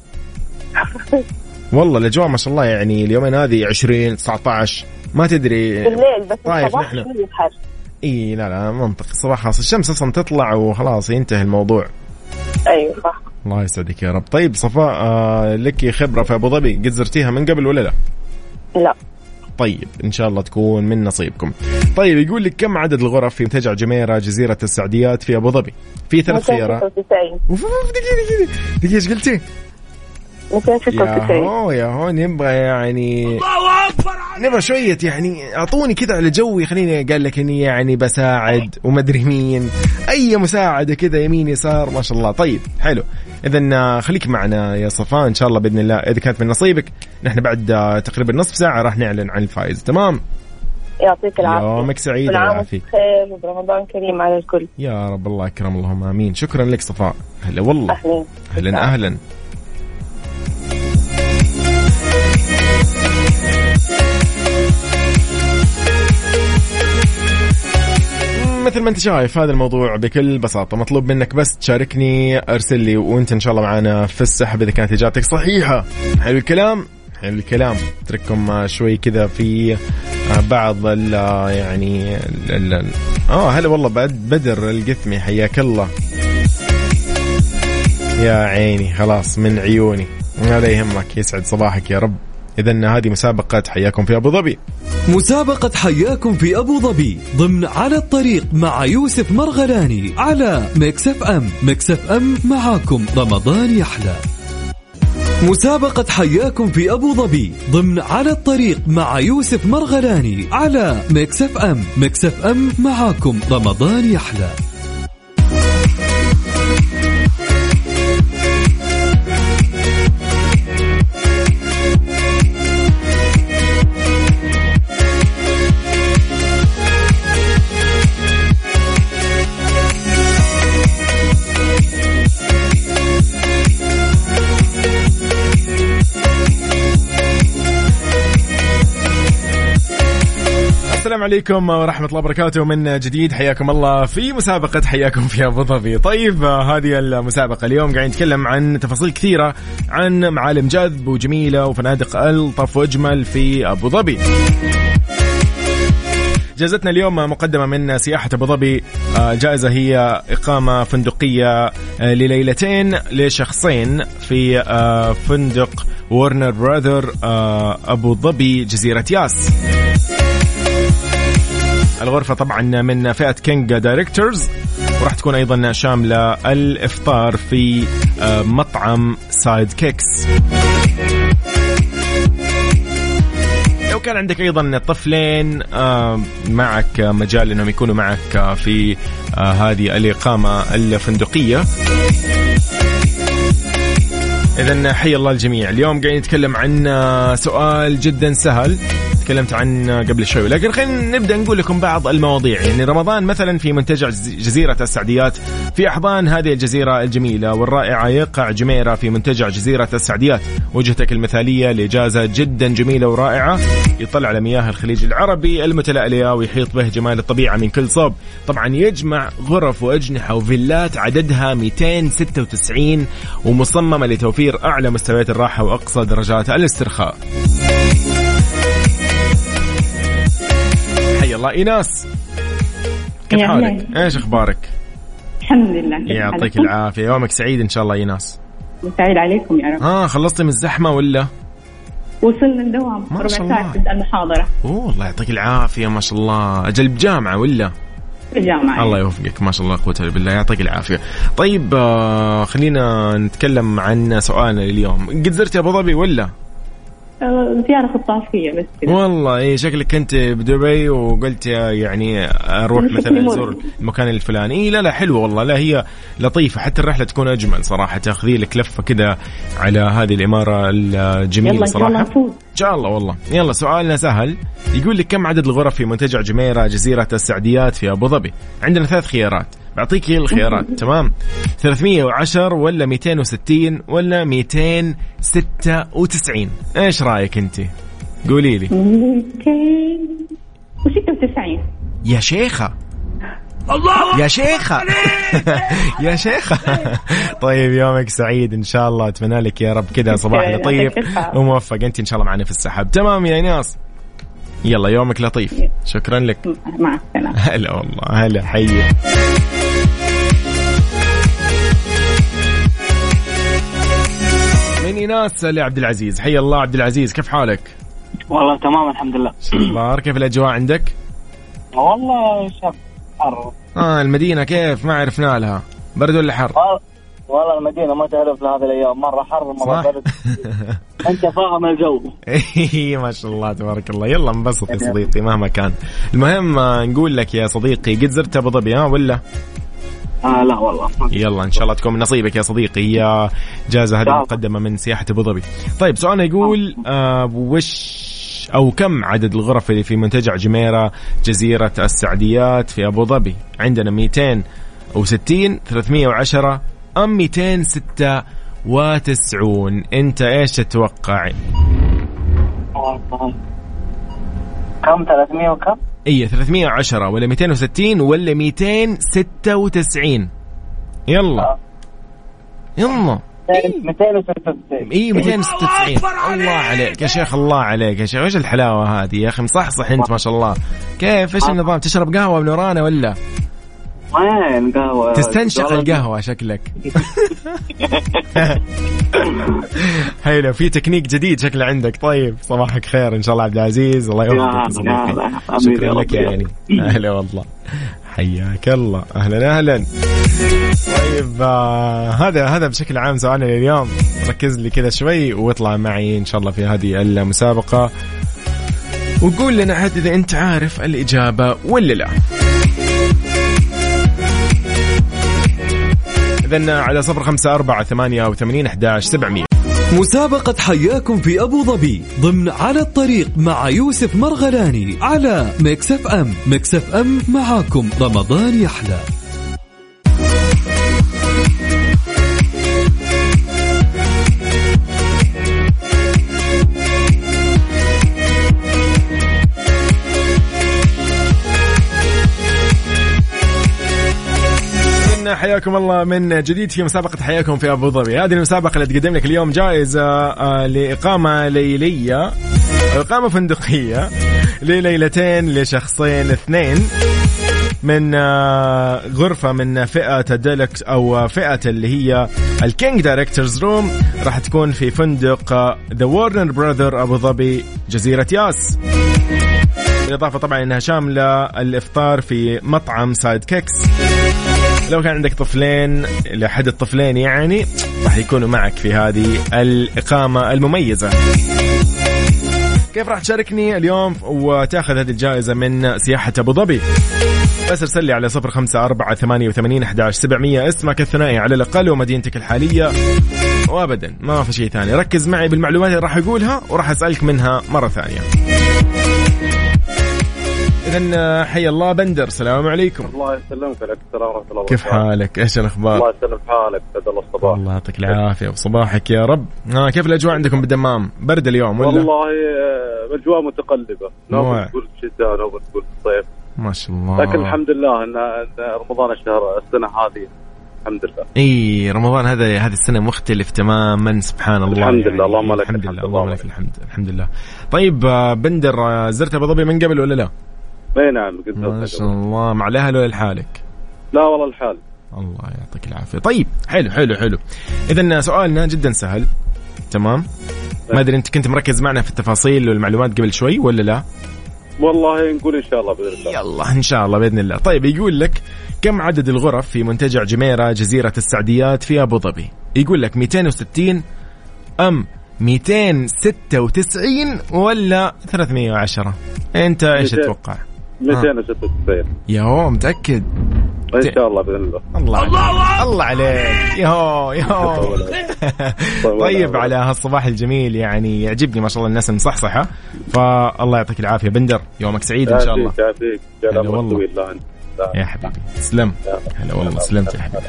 والله الأجواء ما شاء الله، يعني اليومين هذه عشرين تسعة عشر ما تدري بالليل، بس طيب الصباح نحن يحر. إيه لا لا منطق. الصباح خلاص الشمس أصلا تطلع وخلاص ينتهي الموضوع. أيوة صح. الله يسعدك يا رب. طيب صفاء آه لك خبرة في أبو ظبي، قد زرتيها من قبل ولا لا؟ لا. طيب إن شاء الله تكون من نصيبكم. طيب يقول لك كم عدد الغرف في منتجع جميرة جزيرة السعديات في أبو ظبي؟ في ثلاث خيارات. دقيقة دقيقة دقيقة إيش قلتي؟ مئتين وستة وتسعين. يا هو يا هو نبغى يعني نبغى شوية يعني أعطوني كذا على جوي. خليني قال لك إني يعني بساعد ومدري مين، أي مساعدة كذا يمين يسار ما شاء الله. طيب حلو. إذن خليك معنا يا صفاء إن شاء الله بإذن الله. إذا كانت من نصيبك نحن بعد تقريبا نصف ساعة راح نعلن عن الفائز. تمام؟ يعطيك العافية. يومك سعيد ويعافيك. خير ورمضان كريم على الكل يا رب. الله أكرم اللهم آمين. شكرا لك صفاء. هلا والله. أهلا أهلا أهلا. مثل ما انت شايف هذا الموضوع بكل بساطة مطلوب منك بس تشاركني، ارسل لي وانت ان شاء الله معنا في السحب اذا كانت اجابتك صحيحة. حلو الكلام حلو الكلام. اترككم شوي كذا في بعض ال يعني ال ال اه هلا والله بعد بدر القثمي حياك الله يا عيني. خلاص من عيوني ولا يهمك، يسعد صباحك يا رب. إذن هذه مسابقة حياكم في أبو ظبي. مسابقة حياكم في أبو ظبي ضمن على الطريق مع يوسف مرغلاني على ميكس اف ام. ميكس اف ام معاكم رمضان يحلى. مسابقة حياكم في أبو ظبي ضمن على الطريق مع يوسف مرغلاني على ميكس اف ام. ميكس اف ام معاكم رمضان يحلى. السلام عليكم ورحمة الله وبركاته من جديد. حياكم الله في مسابقة حياكم في أبو ظبي. طيب هذه المسابقة اليوم قاعد نتكلم عن تفاصيل كثيرة عن معالم جذب وجميلة وفنادق ألطف وأجمل في أبو ظبي. جائزتنا اليوم مقدمة من سياحة أبو ظبي. جائزة هي إقامة فندقية لليلتين لشخصين في فندق وورنر براذر أبو ظبي جزيرة ياس. الغرفة طبعا من فئة كينج دايركتورز، وراح تكون أيضا شاملة الإفطار في مطعم سايد كيكس. لو كان عندك أيضا طفلين معك مجال أنهم يكونوا معك في هذه الإقامة الفندقية، إذن حي الله الجميع. اليوم قاعد نتكلم عن سؤال جدا سهل تكلمت عنه قبل شوي، لكن خلينا نبدأ نقول لكم بعض المواضيع. يعني رمضان مثلا في منتجع جزيرة السعديات في أحضان هذه الجزيرة الجميلة والرائعة يقع جميرة في منتجع جزيرة السعديات، وجهتك المثالية لإجازة جدا جميلة ورائعة، يطلع على مياه الخليج العربي المتلألئة ويحيط به جمال الطبيعة من كل صوب. طبعا يجمع غرف وأجنحة وفيلات عددها مئتين وستة وتسعين ومصممة لتوفير أعلى مستويات الراحة وأقصى درجات الاسترخاء. حي الله إيناس، كيف حالك؟ ايش اخبارك؟ الحمد لله. يعطيك العافيه، يومك سعيد ان شاء الله ايناس. سعيد عليكم يا رب. اه خلصتي من الزحمه ولا؟ وصلنا الدوام ربع ساعه تبدا المحاضره. اوه الله يعطيك العافيه، ما شاء الله. اجل بجامعه ولا؟ بجامعه. الله يوفقك، ما شاء الله قوه الا بالله، يعطيك العافيه. طيب آه خلينا نتكلم عن سؤالنا اليوم. قد زرتي ابو ظبي ولا؟ زيارة خطافية بس كده. والله إيه شكلك كنت بدبي وقلت يعني أروح مثلا أزور المكان الفلاني. إيه لا لا حلوة والله، لا هي لطيفة، حتى الرحلة تكون أجمل صراحة، تأخذي لك لفة كده على هذه الإمارة الجميلة صراحة. إن شاء الله والله. يلا سؤالنا سهل، يقول لك كم عدد الغرف في منتجع جميرة جزيرة السعديات في أبو ظبي؟ عندنا ثلاث خيارات، بعطيك هي الخيارات تمام؟ ثلاثمية وعشرة ولا مئتين وستين ولا مئتين وستة وتسعين؟ ايش رايك انت؟ قولي لي. مئتين وستة وتسعين. يا شيخة الله يا شيخة يا شيخة. طيب يومك سعيد ان شاء الله، اتمنى لك يا رب كذا صباح لطيف وموفق انت ان شاء الله معنا في السحب. تمام يا ناس، يلا يومك لطيف. شكرا لك، مع السلامة. هلا والله، هلا حي. مني ناس لعبد العزيز. حي الله عبد العزيز، كيف حالك؟ والله تمام الحمد لله. شو كيف الأجواء عندك؟ والله شاب حر. آه المدينة كيف؟ ما عرفنا لها، برد ولا حر؟ والله المدينة ما تعرف لهذه الأيام، مرة حر مرة برد. أنت فاهم الجو. إيه ما شاء الله تبارك الله. يلا انبسط يا صديقي مهما كان. المهم نقول لك يا صديقي، قد زرت أبو ظبي ها ولا؟ آه لا والله. يلا إن شاء الله تكون من نصيبك يا صديقي، هي جائزة هذه مقدمة من سياحة أبو ظبي. طيب سؤالنا يقول آه وش أو كم عدد الغرف اللي في منتجع جميرة جزيرة السعديات في أبو ظبي؟ عندنا مئتين وستين، ثلاثمية وعشرة أم مئتين وستة وتسعين؟ أنت إيش تتوقع؟ كم ثلاثمية وكم؟ إيه ثلاثمية وعشرة ولا مئتين وستين ولا مئتين وستة وتسعين؟ يلا يلا. مئتين وستة وتسعين. إيه مئتين وستة وتسعين. الله عليك يا شيخ، الله عليك يا شيخ، إيش الحلاوة هذه يا أخي، مصحصح أنت ما شاء الله. كيف إيش النظام؟ تشرب قهوة من ورانا ولا؟ وين قهوة؟ تستنشق القهوة شكلك. حلو، في تكنيك جديد شكله عندك. طيب صباحك خير إن شاء الله عبد العزيز، الله يوفقك صديقي. شكرا لك يعني. أهلا والله، حياك الله، أهلا أهلا. طيب آه هذا هذا بشكل عام سؤالنا اليوم. ركز لي كذا شوي واطلع معي إن شاء الله في هذه المسابقة وقول لنا حتى إذا أنت عارف الإجابة ولا لا. إذن على صفر خمسة أربعة ثمانية وثمانين أحد عشر سبعمية. مسابقة حياكم في أبو ظبي ضمن على الطريق مع يوسف مرغلاني على ميكس اف ام. ميكس اف ام معاكم رمضان يحلى. حياكم الله من جديد في مسابقة حياكم في أبو ظبي. هذه المسابقة اللي تقدم لك اليوم جائزة لإقامة ليلية، إقامة فندقية لليلتين لشخصين اثنين من غرفة من فئة الديلكس أو فئة اللي هي الكينج دايركتورز روم، راح تكون في فندق ذا وارنر براذر أبو ظبي جزيرة ياس. بالإضافة طبعا أنها شاملة الإفطار في مطعم سايد كيكس. لو كان عندك طفلين لأحد الطفلين يعني راح يكونوا معك في هذه الإقامة المميزة. كيف راح تشاركني اليوم وتأخذ هذه الجائزة من سياحة أبو ظبي؟ بس ارسل لي على صفر خمسة أربعة ثمانية وثمانين أحد عشر سبعمية اسمك الثنائي على الأقل ومدينتك الحالية، وأبدا ما في شيء ثاني. ركز معي بالمعلومات اللي راح أقولها وراح أسألك منها مرة ثانية. إذن حي الله بندر، السلام عليكم. الله يسلمك. عليك السلام ورحمة الله. كيف حالك؟ إيش الأخبار؟ الله يسلم حالك. سعد الله الصباح. الله يعطيك العافية وصباحك يا رب. آه كيف الأجواء عندكم بالدمام؟ برد اليوم ولا؟ والله الأجواء متقلبة، نوبة تقول شتاء نوبة تقول صيف ما شاء الله. لكن الحمد لله إن رمضان الشهر السنة هذه الحمد لله. اي رمضان هذا هذه السنه مختلف تماما سبحان الله. الحمد يعني لله. اللهم لك الحمد لله. اللهم لك الحمد. الحمد لله. طيب بندر، زرت ابو ظبي من قبل ولا لا؟ اي نعم قد زرت. ما شاء الله. مع الاهل ولا لحالك؟ لا والله الحال. الله يعطيك العافيه. طيب حلو حلو حلو. اذا سؤالنا جدا سهل. تمام. ما ادري انت كنت مركز معنا في التفاصيل والمعلومات قبل شوي ولا لا؟ والله نقول ان شاء الله باذن الله. يلا ان شاء الله باذن الله. طيب يقول لك كم عدد الغرف في منتجع جميرة جزيرة السعديات في أبو ظبي؟ يقول لك مئتين وستين أم مئتين وستة وتسعين ولا ثلاثمئة وعشرة؟ أنت إيش تتوقع؟ مئتين وستة وتسعين. ياهو متأكد؟ إن شاء الله بإذن الله. الله الله, الله عليك. ياهو ياهو. طيب على هالصباح الجميل يعني يعجبني ما شاء الله الناس مصحصحة، فالله يعطيك العافية بندر، يومك سعيد إن شاء الله. يعافيك يعافيك. والله يا حبيبي تسلم. هلا والله سلمت يا حبيبي.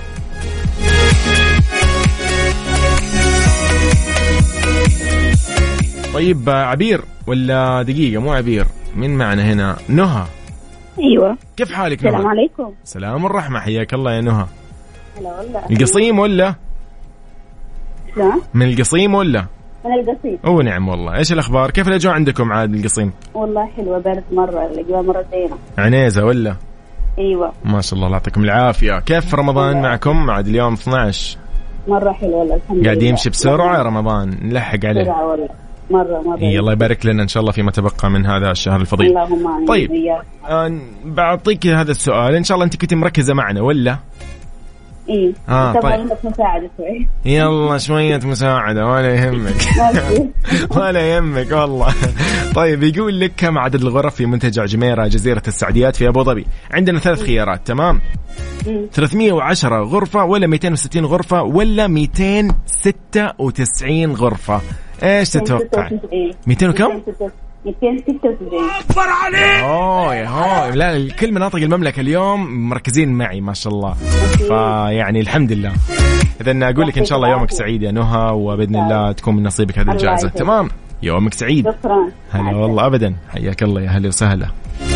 طيب عبير ولا دقيقة مو عبير، مين معنا هنا؟ نهى. ايوه كيف حالك نهى؟ السلام عليكم. سلام والرحمة، حياك الله يا نهى. هلا والله. القصيم ولا؟ لا من القصيم ولا؟ من القصيم. أوه نعم والله. إيش الأخبار؟ كيف الأجواء عندكم عاد القصيم؟ والله حلوة، بارد مرة، الأجواء مرة زينة. عنيزة ولا؟ ايوه ما شاء الله. الله يعطيكم العافية. كيف رمضان معكم عاد اليوم اثناشر؟ مرة حلوة والله الحمد لله. قاعد يمشي بسرعة رمضان، نلحق عليه. بسرعة والله مرة مرة. إيه الله يبارك لنا إن شاء الله فيما تبقى من هذا الشهر الفضيل. اللهم آمين. طيب آه بعطيك هذا السؤال، إن شاء الله أنت كنت مركزة معنا ولا؟ إيه آه طبعا طيب. عندك مساعدة شوي. يلا شوية مساعدة ولا يهمك. ولا يهمك والله. طيب يقول لك كم عدد الغرف في منتجع جميرة جزيرة السعديات في أبو ظبي؟ عندنا ثلاث خيارات. تمام. ثلاثمئة وعشرة غرفة ولا مئتين وستين غرفة ولا مئتين وستة وتسعين غرفة؟ ايش تتوقع؟ مئتين وكم؟ مئتين وستة وتسعين. اكبر عليك. اوه يا هو لا كل مناطق المملكة اليوم مركزين معي ما شاء الله، فيعني الحمد لله. اذا اقول لك ان شاء الله يومك سعيد يا نهى، وباذن الله تكون من نصيبك هذه الجائزة. تمام يومك سعيد. شكرا. هلا والله ابدا، حياك الله يا هلا وسهلا.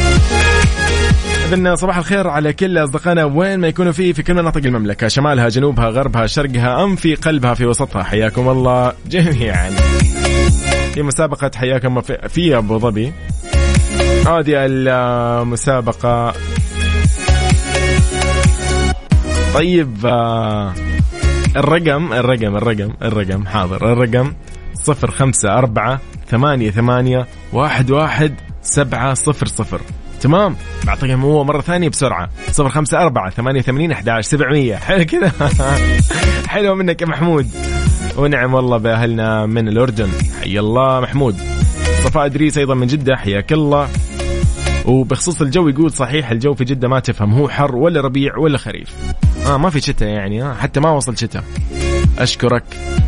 إذن صباح الخير على كل أصدقائنا وين ما يكونوا فيه في كل مناطق المملكة، شمالها جنوبها غربها شرقها أم في قلبها في وسطها، حياكم الله جميعا في مسابقة حياكم في, في أبو ظبي. هذه المسابقة. طيب الرقم الرقم الرقم الرقم حاضر. الرقم صفر خمسة أربعة ثمانية ثمانية واحد واحد سبعة صفر صفر. تمام. بعطيكم هو مرة ثانية بسرعة صفر خمسة أربعة ثمانية ثمانين أحد عشر سبعمية. حلو كذا. حلو منك يا محمود. ونعم والله بأهلنا من الأردن، حي الله محمود. صفاء إدريس أيضا من جدة، حياك الله. وبخصوص الجو يقول صحيح الجو في جدة ما تفهم هو حر ولا ربيع ولا خريف. آه ما في شتاء يعني، آه حتى ما وصل شتاء. أشكرك.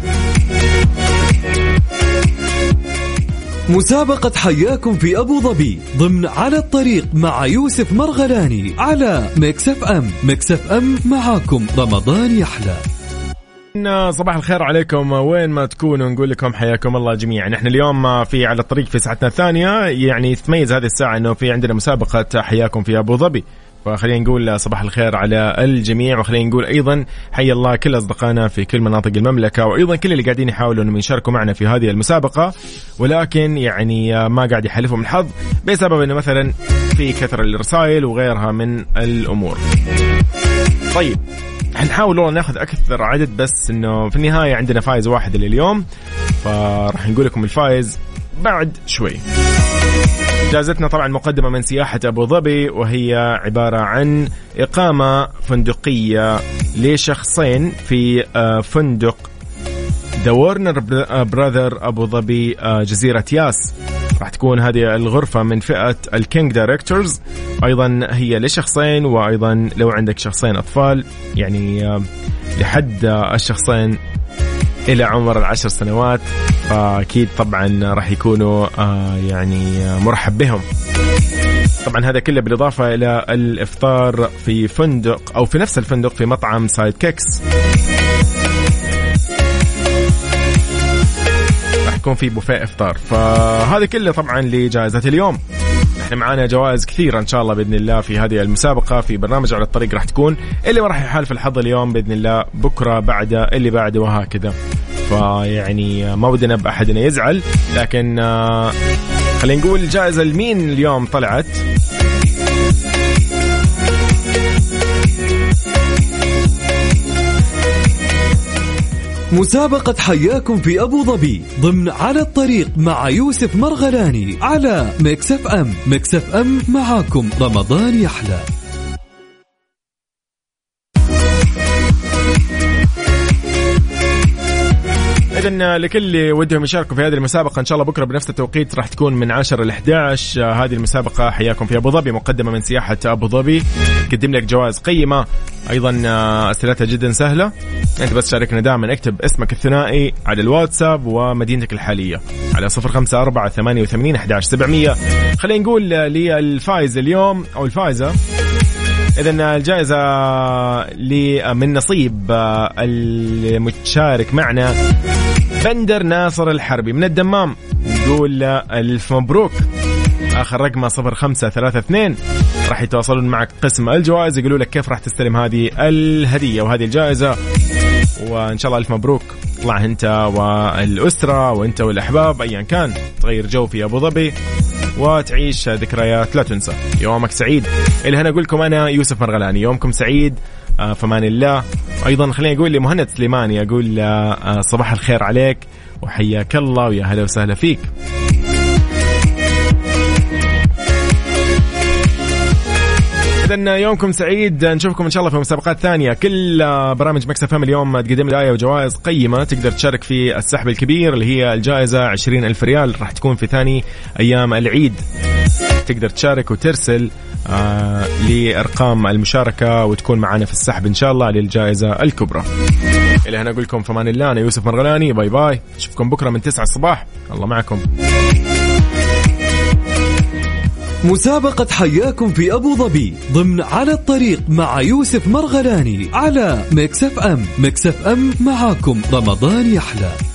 مسابقة حياكم في أبو ظبي ضمن على الطريق مع يوسف مرغلاني على ميكس اف ام. ميكس اف ام معاكم رمضان يحلى. صباح الخير عليكم وين ما تكونوا، نقول لكم حياكم الله جميعا. نحن اليوم في على الطريق في ساعتنا الثانية، يعني تتميز هذه الساعة انه في عندنا مسابقة حياكم في أبو ظبي، فخلينا نقول صباح الخير على الجميع. وخلينا نقول أيضا حي الله كل أصدقائنا في كل مناطق المملكة، وأيضا كل اللي قاعدين يحاولوا أنهم يشاركوا معنا في هذه المسابقة ولكن يعني ما قاعد يحالفهم الحظ بسبب أنه مثلا في كثرة الرسائل وغيرها من الأمور. طيب هنحاول والله ناخذ أكثر عدد، بس أنه في النهاية عندنا فائز واحد لليوم، فرح نقول لكم الفائز بعد شوي. جائزتنا طبعا مقدمة من سياحة أبو ظبي، وهي عبارة عن إقامة فندقية لشخصين في فندق The Warner Brother أبو ظبي جزيرة ياس. راح تكون هذه الغرفة من فئة الكينج دايركتورز، أيضا هي لشخصين، وأيضا لو عندك شخصين أطفال يعني لحد الشخصين إلى عمر العشر سنوات، فأكيد طبعا راح يكونوا يعني مرحب بهم. طبعا هذا كله بالإضافة إلى الإفطار في فندق أو في نفس الفندق في مطعم سايد كيكس. راح يكون في بوفيه إفطار. فهذا كله طبعا لجائزة اليوم. احنا معانا جوائز كثيرة ان شاء الله باذن الله في هذه المسابقة في برنامج على الطريق. راح تكون اللي ما راح يحالف الحظ اليوم باذن الله بكرة بعده اللي بعده وهكذا. فيعني ما بدنا بأحدنا يزعل، لكن خلينا نقول الجائزة لمين اليوم طلعت. مسابقة حياكم في أبو ظبي ضمن على الطريق مع يوسف مرغلاني على ميكس اف ام. ميكس اف ام معاكم رمضان يحلى. إذن لكل اللي ودهم يشاركوا في هذه المسابقة إن شاء الله بكرة بنفس التوقيت راح تكون من عشرة إلى إحدى عشر. هذه المسابقة حياكم في أبو ظبي مقدمة من سياحة أبو ظبي، تقدم لك جوائز قيمة. أيضا أسئلتها جدا سهلة، أنت بس شاركنا دائما، اكتب اسمك الثنائي على الواتساب ومدينتك الحالية على صفر خمسة أربعة ثمانية وثمانين أحد عشر سبعمية. خلينا نقول للفائز اليوم أو الفائزة. إذن الجائزة من نصيب المتشارك معنا بندر ناصر الحربي من الدمام، نقول ألف مبروك. آخر رقمه صفر خمسة ثلاثة اثنين. راح يتواصلون معك قسم الجوائز يقولوا لك كيف راح تستلم هذه الهدية وهذه الجائزة، وإن شاء الله ألف مبروك. طلع أنت والأسرة وأنت والأحباب أيا كان، تغير جو في أبو ظبي وتعيش ذكريات لا تنسى. يومك سعيد. اللي هنا أقول لكم أنا يوسف مرغلاني، يومكم سعيد، فمان الله. أيضا خليني أقول لمهند سليماني، أقول صباح الخير عليك وحياك الله ويا هلا وسهلا فيك. إذن يومكم سعيد، نشوفكم إن شاء الله في مسابقات ثانية. كل برامج مكس اف ام اليوم تقدم لي آية وجوائز قيمة، تقدر تشارك في السحب الكبير اللي هي الجائزة عشرين ألف ريال، راح تكون في ثاني أيام العيد. تقدر تشارك وترسل آه لأرقام المشاركة وتكون معنا في السحب إن شاء الله للجائزة الكبرى. إلى هنا أقول لكم فمان الله، أنا يوسف مرغلاني، باي باي، أشوفكم بكرة من تسعة الصباح، الله معكم. مسابقة حياكم في أبو ظبي ضمن على الطريق مع يوسف مرغلاني على ميكس اف ام. ميكس اف ام معاكم رمضان يحلى.